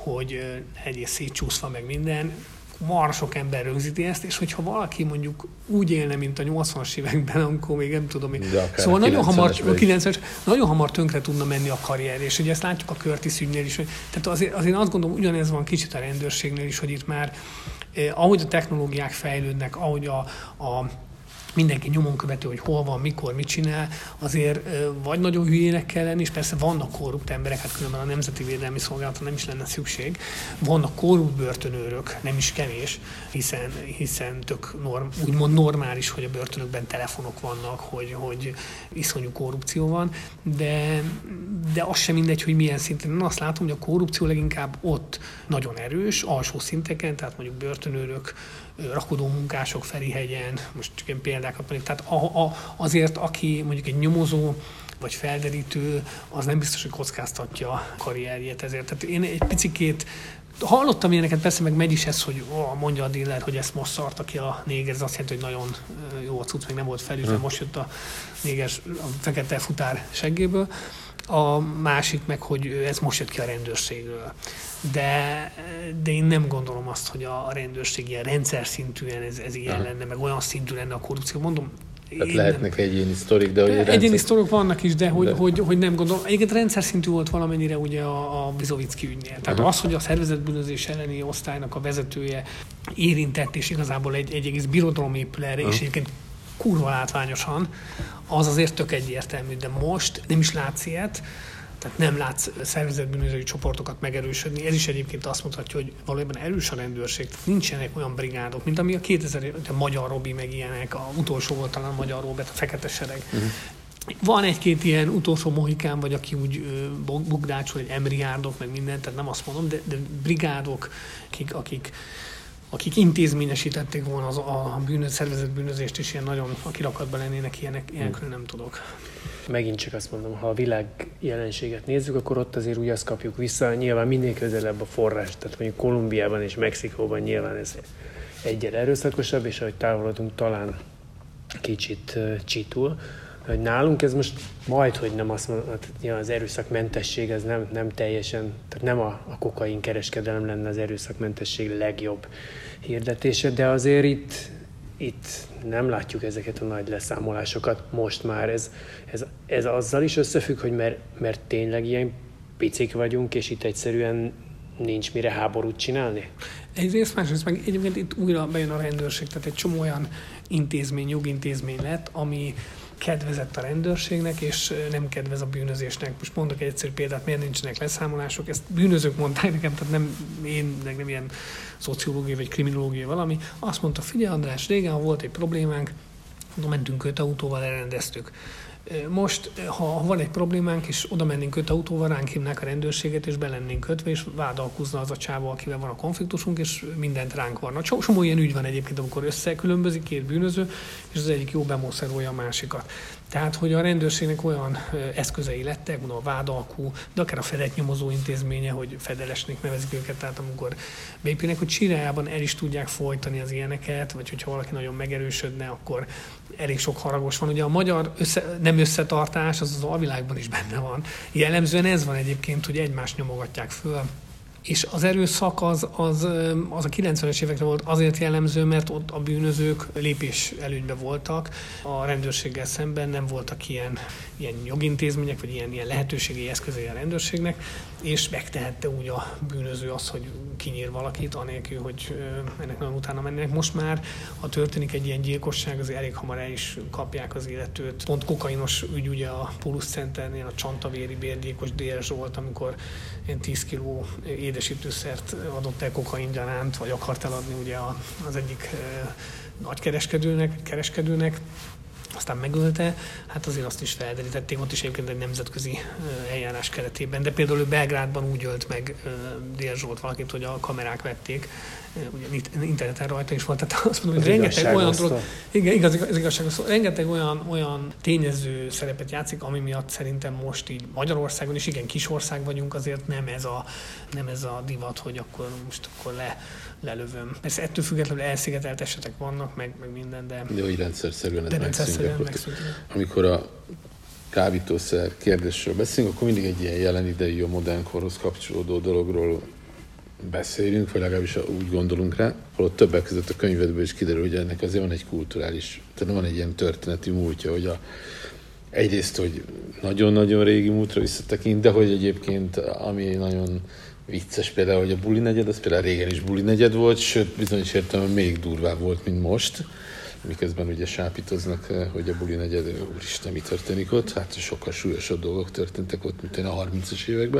hogy egész szétcsúszva meg minden, marha sok ember rögzíti ezt, és hogyha valaki mondjuk úgy élne, mint a nyolcvanas években, amikor még nem tudom, szóval nagyon hamar, kilencvenes, nagyon hamar tönkre tudna menni a karrier, és ugye ezt látjuk a Curtis ügynél is. Tehát azért, azért azt gondolom, ugyanez van kicsit a rendőrségnél is, hogy itt már eh, ahogy a technológiák fejlődnek, ahogy a, a mindenki nyomon követő, hogy hol van, mikor, mit csinál, azért vagy nagyon hülyének kell lenni, és persze vannak korrupt emberek, hát különben a Nemzeti Védelmi Szolgálatra nem is lenne szükség. Vannak korrupt börtönőrök, nem is kevés, hiszen, hiszen tök norm, úgymond normális, hogy a börtönökben telefonok vannak, hogy, hogy iszonyú korrupció van, de, de az sem mindegy, hogy milyen szinten. Én azt látom, hogy a korrupció leginkább ott nagyon erős, alsó szinteken, tehát mondjuk börtönőrök, rakodó munkások Ferihegyen, most csak ilyen példákat mondjuk. Tehát a, a, azért, aki mondjuk egy nyomozó vagy felderítő, az nem biztos, hogy kockáztatja a karrierjét ezért. Tehát én egy picikét hallottam ilyeneket, persze meg megy is ez, hogy ó, mondja a dealer, hogy ezt most szarta ki a néger, ez azt jelenti, hogy nagyon jó a cucc, még nem volt felütve, hmm. most jött a néger, a fekete futár seggéből. A másik meg, hogy ez most jött ki a rendőrségről. De, de én nem gondolom azt, hogy a rendőrség ilyen rendszer szintűen ez, ez ilyen lenne, meg olyan szintű lenne a korrupció. Mondom, tehát lehetnek nem... egyéni sztorik, de hogy Egyéni rendszer... sztorok vannak is, de hogy, de... hogy, hogy nem gondolom. Egyébként rendszer szintű volt valamennyire ugye a, a Bizovicki ügynél. Tehát uh-huh. az, hogy a szervezetbűnözés elleni osztálynak a vezetője érintett, és igazából egy, egy egész birodalom épül erre, uh-huh. és egyébként kurva látványosan, az azért tök egyértelmű, de most nem is látsz ilyet, tehát nem látsz szervezetbűnözői csoportokat megerősödni. Ez is egyébként azt mutatja, hogy valójában erős a rendőrség. Tehát nincsenek olyan brigádok, mint ami a kétezer a Magyar Robi, meg ilyenek, a utolsó volt talán a Magyar Robert, a Fekete Sereg. Uh-huh. Van egy-két ilyen utolsó mohikán, vagy aki úgy bugdácsol, hogy emriárdok, meg mindent, tehát nem azt mondom, de, de brigádok, akik, akik akik intézményesítették volna az, a bűnöz, szervezett bűnözést, és ilyen nagyon a kirakatban lennének, ilyenek, ilyenkről nem tudok. Megint csak azt mondom, ha a világ jelenséget nézzük, akkor ott azért úgy azt kapjuk vissza, nyilván minél közelebb a forrás, tehát mondjuk Kolumbiában és Mexikóban nyilván ez egyre erőszakosabb, és ahogy távolodunk, talán kicsit uh, csitul. Hogy nálunk ez most majd, hogy nem azt mondom, ja, az erőszakmentesség, ez nem, nem teljesen, tehát nem a, a kokain kereskedelem lenne az erőszakmentesség legjobb hirdetése, de azért itt, itt nem látjuk ezeket a nagy leszámolásokat most már. Ez, ez, ez azzal is összefügg, hogy mert, mert tényleg ilyen picik vagyunk, és itt egyszerűen nincs mire háborút csinálni? Egyrészt, másrészt meg egyébként itt újra bejön a rendőrség, tehát egy csomó olyan intézmény, jogintézmény lett, ami kedvezett a rendőrségnek, és nem kedvez a bűnözésnek. Most mondok egy egyszerű példát, miért nincsenek leszámolások. Ezt bűnözők mondták nekem, tehát nem én, meg nem ilyen szociológiai vagy kriminológiai valami. Azt mondta, figyelj András, régen, ha volt egy problémánk, mondom, mentünk öt autóval, elrendeztük. Most, ha van egy problémánk, és oda mennénk öt autóval, ránk hívnák a rendőrséget, és be lennénk kötve, és vádalkozna az a csáva, akivel van a konfliktusunk, és mindent ránk varna. Csomó ilyen ügy van egyébként, amikor összekülönbözik két bűnöző, és az egyik jó bemószerolja a másikat. Tehát, hogy a rendőrségnek olyan eszközei lettek, mondom, a vádalkú, de akár a fedett nyomozó intézménye, hogy fedelesnek nevezik őket, tehát amikor beépülnek, hogy csirájában el is tudják folytani az ilyeneket, vagy hogyha valaki nagyon megerősödne, akkor elég sok haragos van. Ugye a magyar össze, nem összetartás, az az alvilágban is benne van. Jellemzően ez van egyébként, hogy egymást nyomogatják föl. És az erőszak az, az, az a kilencvenes évekre volt azért jellemző, mert ott a bűnözők lépés előnyben voltak. A rendőrséggel szemben nem voltak ilyen, ilyen jogintézmények, vagy ilyen, ilyen lehetőségi eszközei a rendőrségnek, és megtehette úgy a bűnöző azt, hogy kinyír valakit, anélkül, hogy ennek nagyon utána mennének. Most már, ha történik egy ilyen gyilkosság, azért elég hamar el is kapják az illetőt. Pont kokainos ügy ugye a Pulus Centernél, a Csantavéri bérgyilkos dé er Zsolt, amikor ilyen tíz kiló édesítőszert adott el kokain gyanánt, vagy akart eladni ugye az egyik nagy kereskedőnek, kereskedőnek, aztán megölte, hát azért azt is felderítették, ott is egyébként egy nemzetközi eljárás keretében, de például ő Belgrádban úgy ölt meg dé er Zsolt valakit, hogy a kamerák vették, ugye interneten rajta is volt, tehát azt mondom, hogy rengeteg olyan dolog, igen, igaz, az igazságos szó, rengeteg olyan, olyan tényező szerepet játszik, ami miatt szerintem most így Magyarországon is, igen, kis ország vagyunk, azért nem ez a, nem ez a divat, hogy akkor most akkor le, lelövöm. Persze ettől függetlenül elszigetelt esetek vannak, meg, meg minden, de... De hogy rendszerszerűen ez megszűnik. Amikor a kábítószer kérdésről beszélünk, akkor mindig egy ilyen jelen idejű, a modern korhoz kapcsolódó dologról beszélünk, vagy legalábbis úgy gondolunk rá, holott többek között a könyvedből is kiderül, hogy ennek azért van egy kulturális, tehát van egy ilyen történeti múltja, hogy a, egyrészt, hogy nagyon-nagyon régi múltra visszatekint, de hogy egyébként, ami nagyon vicces például, hogy a buli negyed, az például régen is buli negyed volt, sőt, bizonyos értelemben még durvább volt, mint most, miközben ugye sápítoznak, hogy a buli negyed, úristen, mi történik ott, hát sokkal súlyosabb dolgok történtek ott, mint a harmincas években.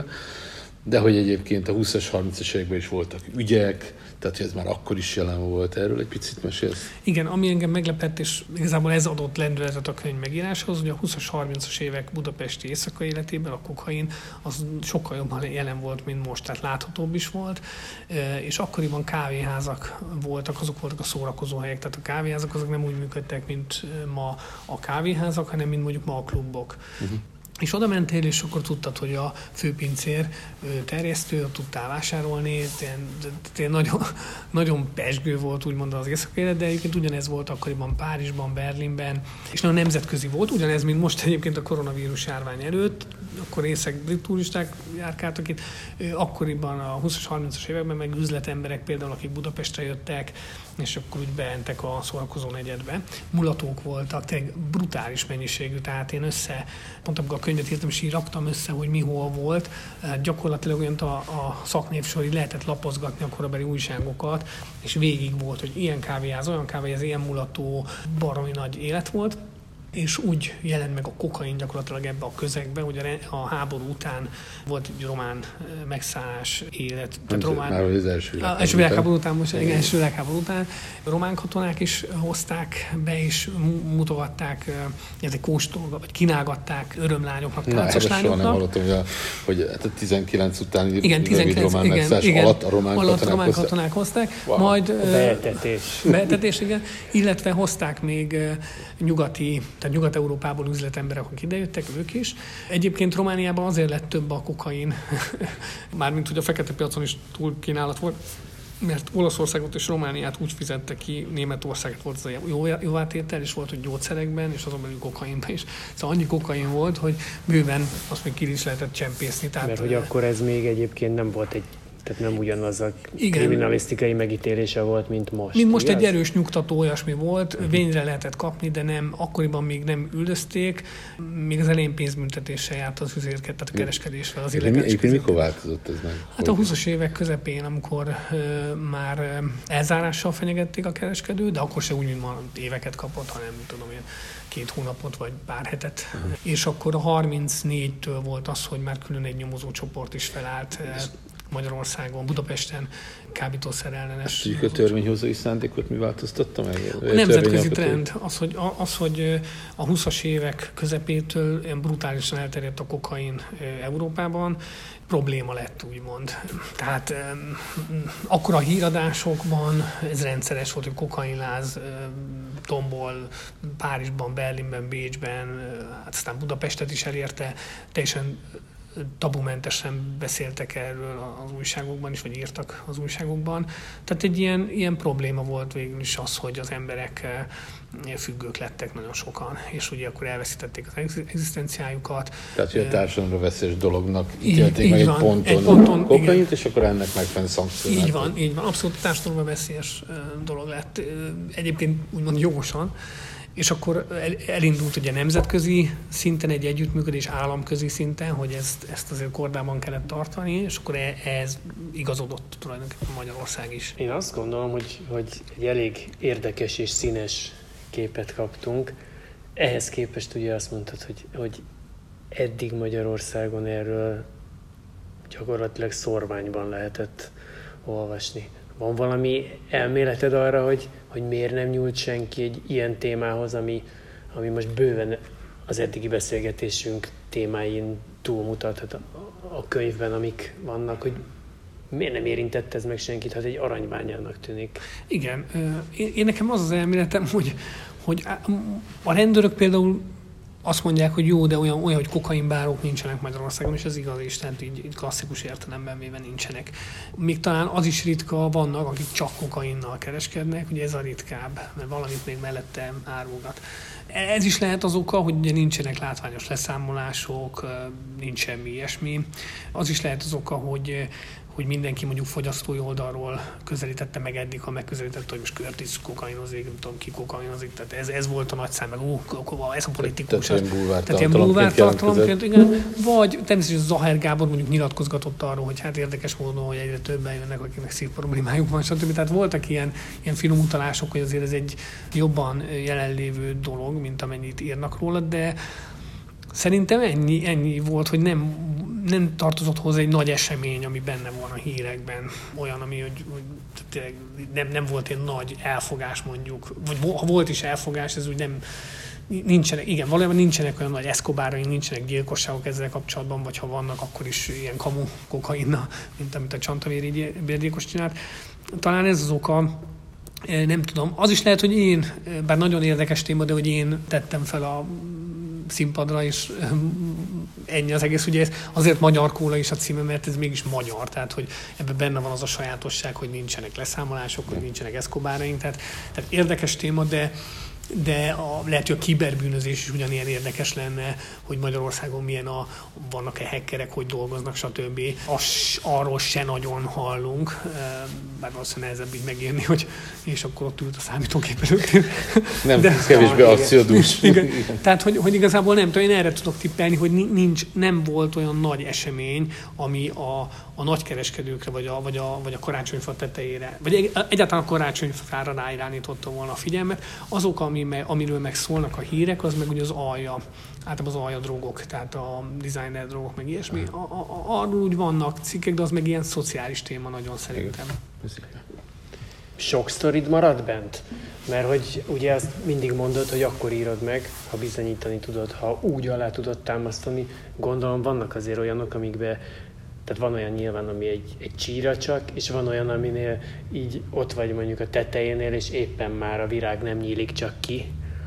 De hogy egyébként a húszas, harmincas években is voltak ügyek, tehát hogy ez már akkor is jelen volt. Erről egy picit mesélsz? Igen, ami engem meglepett, és igazából ez adott lendületet a könyv megíráshoz, hogy a húszas, harmincas évek budapesti éjszaka életében a kokain az sokkal jobban jelen volt, mint most, tehát láthatóbb is volt, és akkoriban kávéházak voltak, azok voltak a szórakozóhelyek, tehát a kávéházak azok nem úgy működtek, mint ma a kávéházak, hanem mint mondjuk ma a klubok. Uh-huh. És oda mentél, és akkor tudtad, hogy a főpincér terjesztő, tudtál vásárolni, tényleg nagyon, nagyon pezsgő volt, úgymond az éjszakai élet, de egyébként ugyanez volt akkoriban Párizsban, Berlinben, és nagyon nemzetközi volt, ugyanez, mint most egyébként a koronavírus járvány előtt, akkor észak brit turisták járkáltak itt, akkoriban a húszas, harmincas években meg üzletemberek például, akik Budapestre jöttek, és akkor úgy beentek a szórakozó negyedbe. Mulatók voltak, tényleg brutális mennyiségű, tehát én össze, pont amikor a könyvet írtam, és így raktam össze, hogy mi hol volt. Gyakorlatilag olyan a, a szaknévsor, így lehetett lapozgatni a korabeli újságokat, és végig volt, hogy ilyen kávéház, olyan kávéház, ilyen mulató, baromi nagy élet volt. És úgy jelent meg a kokain gyakorlatilag ebbe a közegbe, hogy a háború után volt egy román megszállás élet. Tehát román, már az első világháború, első világháború után, most igen, első világháború után román katonák is hozták be, és mutogatták, illetve kóstolgatták, vagy kínálgatták örömlányoknak, táncos lányoknak. Nem hallottam, hogy a, hogy a tizenkilenc utáni igen, tizenkilenc, román igen, megszállás igen, alatt a román alatt katonák, román katonák hozták. Wow. Majd, beetetés. Beetetés, igen. Illetve hozták még nyugati, tehát Nyugat-Európából üzletemberek, akik idejöttek, ők is. Egyébként Romániában azért lett több a kokain, mármint hogy a fekete piacon is túl kínálat volt, mert Olaszországot és Romániát úgy fizette ki, Németországot volt az a jó, jóvátétel, és volt, hogy gyógyszerekben, és azon belül kokainban is. Szóval annyi kokain volt, hogy bőven azt még ki is lehetett csempészni. Tehát, mert hogy akkor ez még egyébként nem volt egy, tehát nem ugyanaz a igen, kriminalisztikai megítélése volt, mint most. Mint most igaz? Egy erős nyugtató olyasmi volt, uh-huh. Vényre lehetett kapni, de nem, akkoriban még nem üldözték, még az elején pénzbüntetéssel járt az üzérket, tehát a kereskedésvel, az illegális kereskedésvel. Mikor változott ez meg? Hát a húszas évek közepén, amikor uh, már uh, elzárással fenyegették a kereskedőt, de akkor se úgy, mint ma éveket kapott, hanem tudom én, két hónapot vagy pár hetet. Uh-huh. És akkor a harmincnégytől volt az, hogy már külön egy nyomozó csoport is felállt uh, Magyarországon, Budapesten kábítószer ellenes. Tudjuk, a törvényhozói szándékot mi változtatta meg? A nemzetközi trend az hogy, az, hogy a húszas évek közepétől ilyen brutálisan elterjedt a kokain Európában, probléma lett, úgymond. Tehát akkor a híradásokban ez rendszeres volt, hogy kokainláz tombol Párizsban, Berlinben, Bécsben, hát aztán Budapestet is elérte, teljesen tabumentesen beszéltek erről az újságokban is, vagy írtak az újságokban. Tehát egy ilyen, ilyen probléma volt végül is az, hogy az emberek függők lettek nagyon sokan, és ugye akkor elveszítették az egzisztenciájukat. Tehát, hogy a társadalomra veszélyes dolognak ítélték meg egy ponton, egy ponton kokaint, és akkor ennek megfelelően szankcionálták. Így van, így van. Abszolút társadalomra veszélyes dolog lett. Egyébként úgymond jogosan. És akkor elindult ugye nemzetközi szinten egy együttműködés, államközi szinten, hogy ezt, ezt azért kordában kellett tartani, és akkor ez igazodott tulajdonképpen Magyarország is. Én azt gondolom, hogy, hogy egy elég érdekes és színes képet kaptunk. Ehhez képest ugye azt mondtad, hogy, hogy eddig Magyarországon erről gyakorlatilag szorványban lehetett olvasni. Van valami elméleted arra, hogy, hogy miért nem nyúlt senki egy ilyen témához, ami, ami most bőven az eddigi beszélgetésünk témáin túlmutathat a, a könyvben, amik vannak, hogy miért nem érintett ez meg senkit, hát egy aranybányának tűnik. Igen. Én, én nekem az az elméletem, hogy, hogy a rendőrök például azt mondják, hogy jó, de olyan, olyan hogy kokainbárók nincsenek Magyarországon, és ez igaz is, tehát így, így klasszikus értelemben véve nincsenek. Még talán az is ritka, vannak, akik csak kokainnal kereskednek, ugye ez a ritkább, mert valamit még mellette árulgat. Ez is lehet az oka, hogy ugye nincsenek látványos leszámolások, nincs semmi ilyesmi. Az is lehet az oka, hogy hogy mindenki mondjuk fogyasztói oldalról közelítette meg eddig, ha megközelítette, hogy most Curtis kokainozik, nem tudom ki kokainozik, tehát ez, ez volt a nagy szám, meg ó, ez a politikus. Tehát ilyen bulvártartalomként, igen. Vagy természetesen Zahár Gábor mondjuk nyilatkozgatott arról, hogy hát érdekes módon, hogy egyre többen jönnek, akiknek szívproblémájuk van, stb. Tehát voltak ilyen, ilyen finom utalások, hogy azért ez egy jobban jelenlévő dolog, mint amennyit írnak róla, de szerintem ennyi, ennyi volt, hogy nem, nem tartozott hozzá egy nagy esemény, ami benne van a hírekben. Olyan, ami hogy, hogy tényleg nem, nem volt egy nagy elfogás mondjuk, vagy ha volt is elfogás, ez úgy nem, nincsenek, igen, valójában nincsenek olyan nagy eszkobáraink, nincsenek gyilkosságok ezzel kapcsolatban, vagy ha vannak, akkor is ilyen kamu kokainnal, mint amit a Csantavéri bérgyilkos csinált. Talán ez az oka, nem tudom. Az is lehet, hogy én, bár nagyon érdekes téma, de hogy én tettem fel a színpadra, és ennyi az egész. Ugye ez azért Magyar Kóla is a címe, mert ez mégis magyar, tehát hogy ebben benne van az a sajátosság, hogy nincsenek leszámolások, hogy nincsenek eszkobáraink, tehát, tehát érdekes téma, de de a, lehet, hogy a kiberbűnözés is ugyanilyen érdekes lenne, hogy Magyarországon milyen a, vannak-e hackerek, hogy dolgoznak, stb. As, arról se nagyon hallunk, bár valószínűleg nehezebb így megírni, hogy és akkor ott ült a számítógép előtt. Nem, de, kevésbé akciódús. Tehát, hogy, hogy igazából nem tudom, én erre tudok tippelni, hogy nincs, nem volt olyan nagy esemény, ami a, a nagykereskedőkre, vagy a, vagy, a, vagy a karácsonyfa tetejére, vagy egyáltalán a karácsonyfára ráirányította volna a figyelmet. Azok, ami me, amiről meg szólnak a hírek, az meg ugye az alja, általában az alja drogok, tehát a designer drogok, meg ilyesmi. A, a, a, arról úgy vannak cikkek, de az meg ilyen szociális téma nagyon szerintem. Sok sztorid marad bent? Mert hogy ugye azt mindig mondod, hogy akkor írod meg, ha bizonyítani tudod, ha úgy alá tudod támasztani. Gondolom vannak azért olyanok, amikben, tehát van olyan nyilván, ami egy, egy csíra csak, és van olyan, aminél így ott vagy mondjuk a tetejénél, és éppen már a virág nem nyílik csak ki.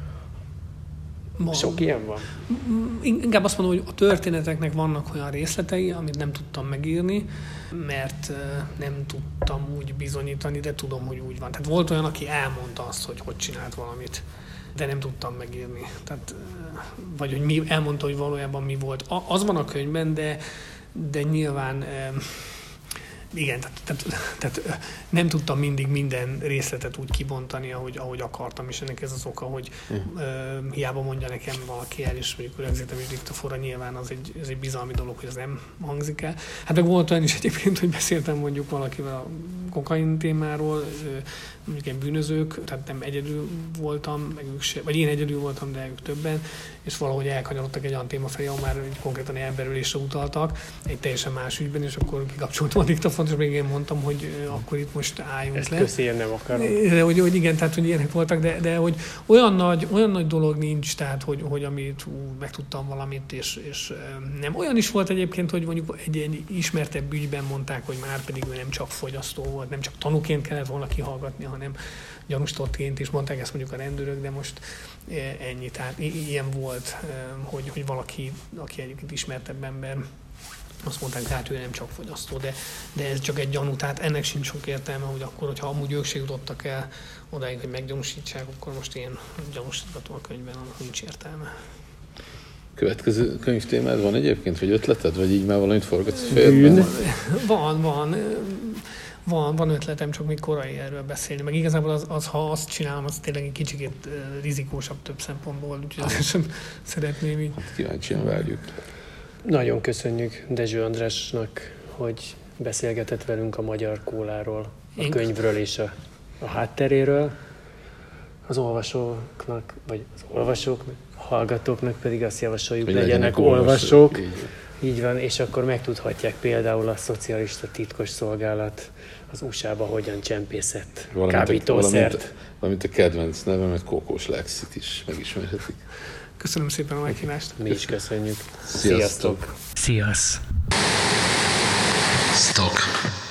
Van. Sok ilyen van? Inkább azt mondom, hogy a történeteknek vannak olyan részletei, amit nem tudtam megírni, mert nem tudtam úgy bizonyítani, de tudom, hogy úgy van. Tehát volt olyan, aki elmondta azt, hogy hogy csinált valamit, de nem tudtam megírni. Tehát, vagy hogy mi, elmondta, hogy valójában mi volt. Az van a könyvben, de, de nyilván igen, tehát, tehát, tehát nem tudtam mindig minden részletet úgy kibontani, ahogy, ahogy akartam, és ennek ez az oka, hogy uh, hiába mondja nekem valaki el, és mondjuk rögzítem is diktafonra, nyilván az egy, ez egy bizalmi dolog, hogy az nem hangzik el. Hát meg volt olyan is egyébként, hogy beszéltem mondjuk valakivel a kokain témáról, mondjuk ilyen bűnözők, tehát nem egyedül voltam, meg ők se, vagy én egyedül voltam, de ők többen, és valahogy elkanyarodtak egy olyan téma felé, ahol már konkrétan elberülésre utaltak, egy teljesen más ügyben, és akkor kikapcsoltam a diktafont, és még én mondtam, hogy akkor itt most álljunk ezt le. Ezt köszi, én nem akarom. De, hogy, hogy igen, tehát hogy ilyenek voltak, de, de hogy olyan nagy, olyan nagy dolog nincs, tehát hogy, hogy amit ú, megtudtam valamit, és, és nem. Olyan is volt egyébként, hogy mondjuk egy, egy ismertebb ügyben mondták, hogy már pedig ő nem csak fogyasztó volt, nem csak tanúként kellett volna kihallgatni, hanem gyanústottként is mondták ezt mondjuk a rendőrök, de most ennyi. Tehát ilyen volt, hogy, hogy valaki, aki egyébként ismertebb ember, azt mondták, hogy hát ő nem csak fogyasztó, de, de ez csak egy gyanú, tehát ennek sincs sok értelme, hogy akkor, hogyha amúgy ők se jutottak el odáig, hogy meggyanúsítsák, akkor most ilyen gyanúsítgató a könyvben, annak nincs értelme. Következő könyvtémád van egyébként, vagy ötleted, vagy így már valamit forgatsz fejedben? Van, van. Van, van ötletem, csak még korai erről beszélni. Meg igazából az, az, ha azt csinálom, az tényleg egy kicsit rizikósabb több szempontból, úgyhogy azért sem szeretném így. Hát kíváncsian várjuk. Nagyon köszönjük Dezső Andrásnak, hogy beszélgetett velünk a Magyar Kóláról, a Én könyvről és a, a hátteréről. Az olvasóknak, vagy az olvasóknak, hallgatóknak pedig azt javasoljuk, hogy legyenek, legyenek olvasók. olvasók. Így. Így van, és akkor megtudhatják például a szocialista titkos szolgálat az u es á-ba hogyan csempészett kábítószert. Valamint, valamint a kedvenc nevemet, Kókós Lexit is megismerhetik. Köszönöm szépen a meghívást. Mi is köszönjük. Sziasztok! Sziasztok! Sziasztok!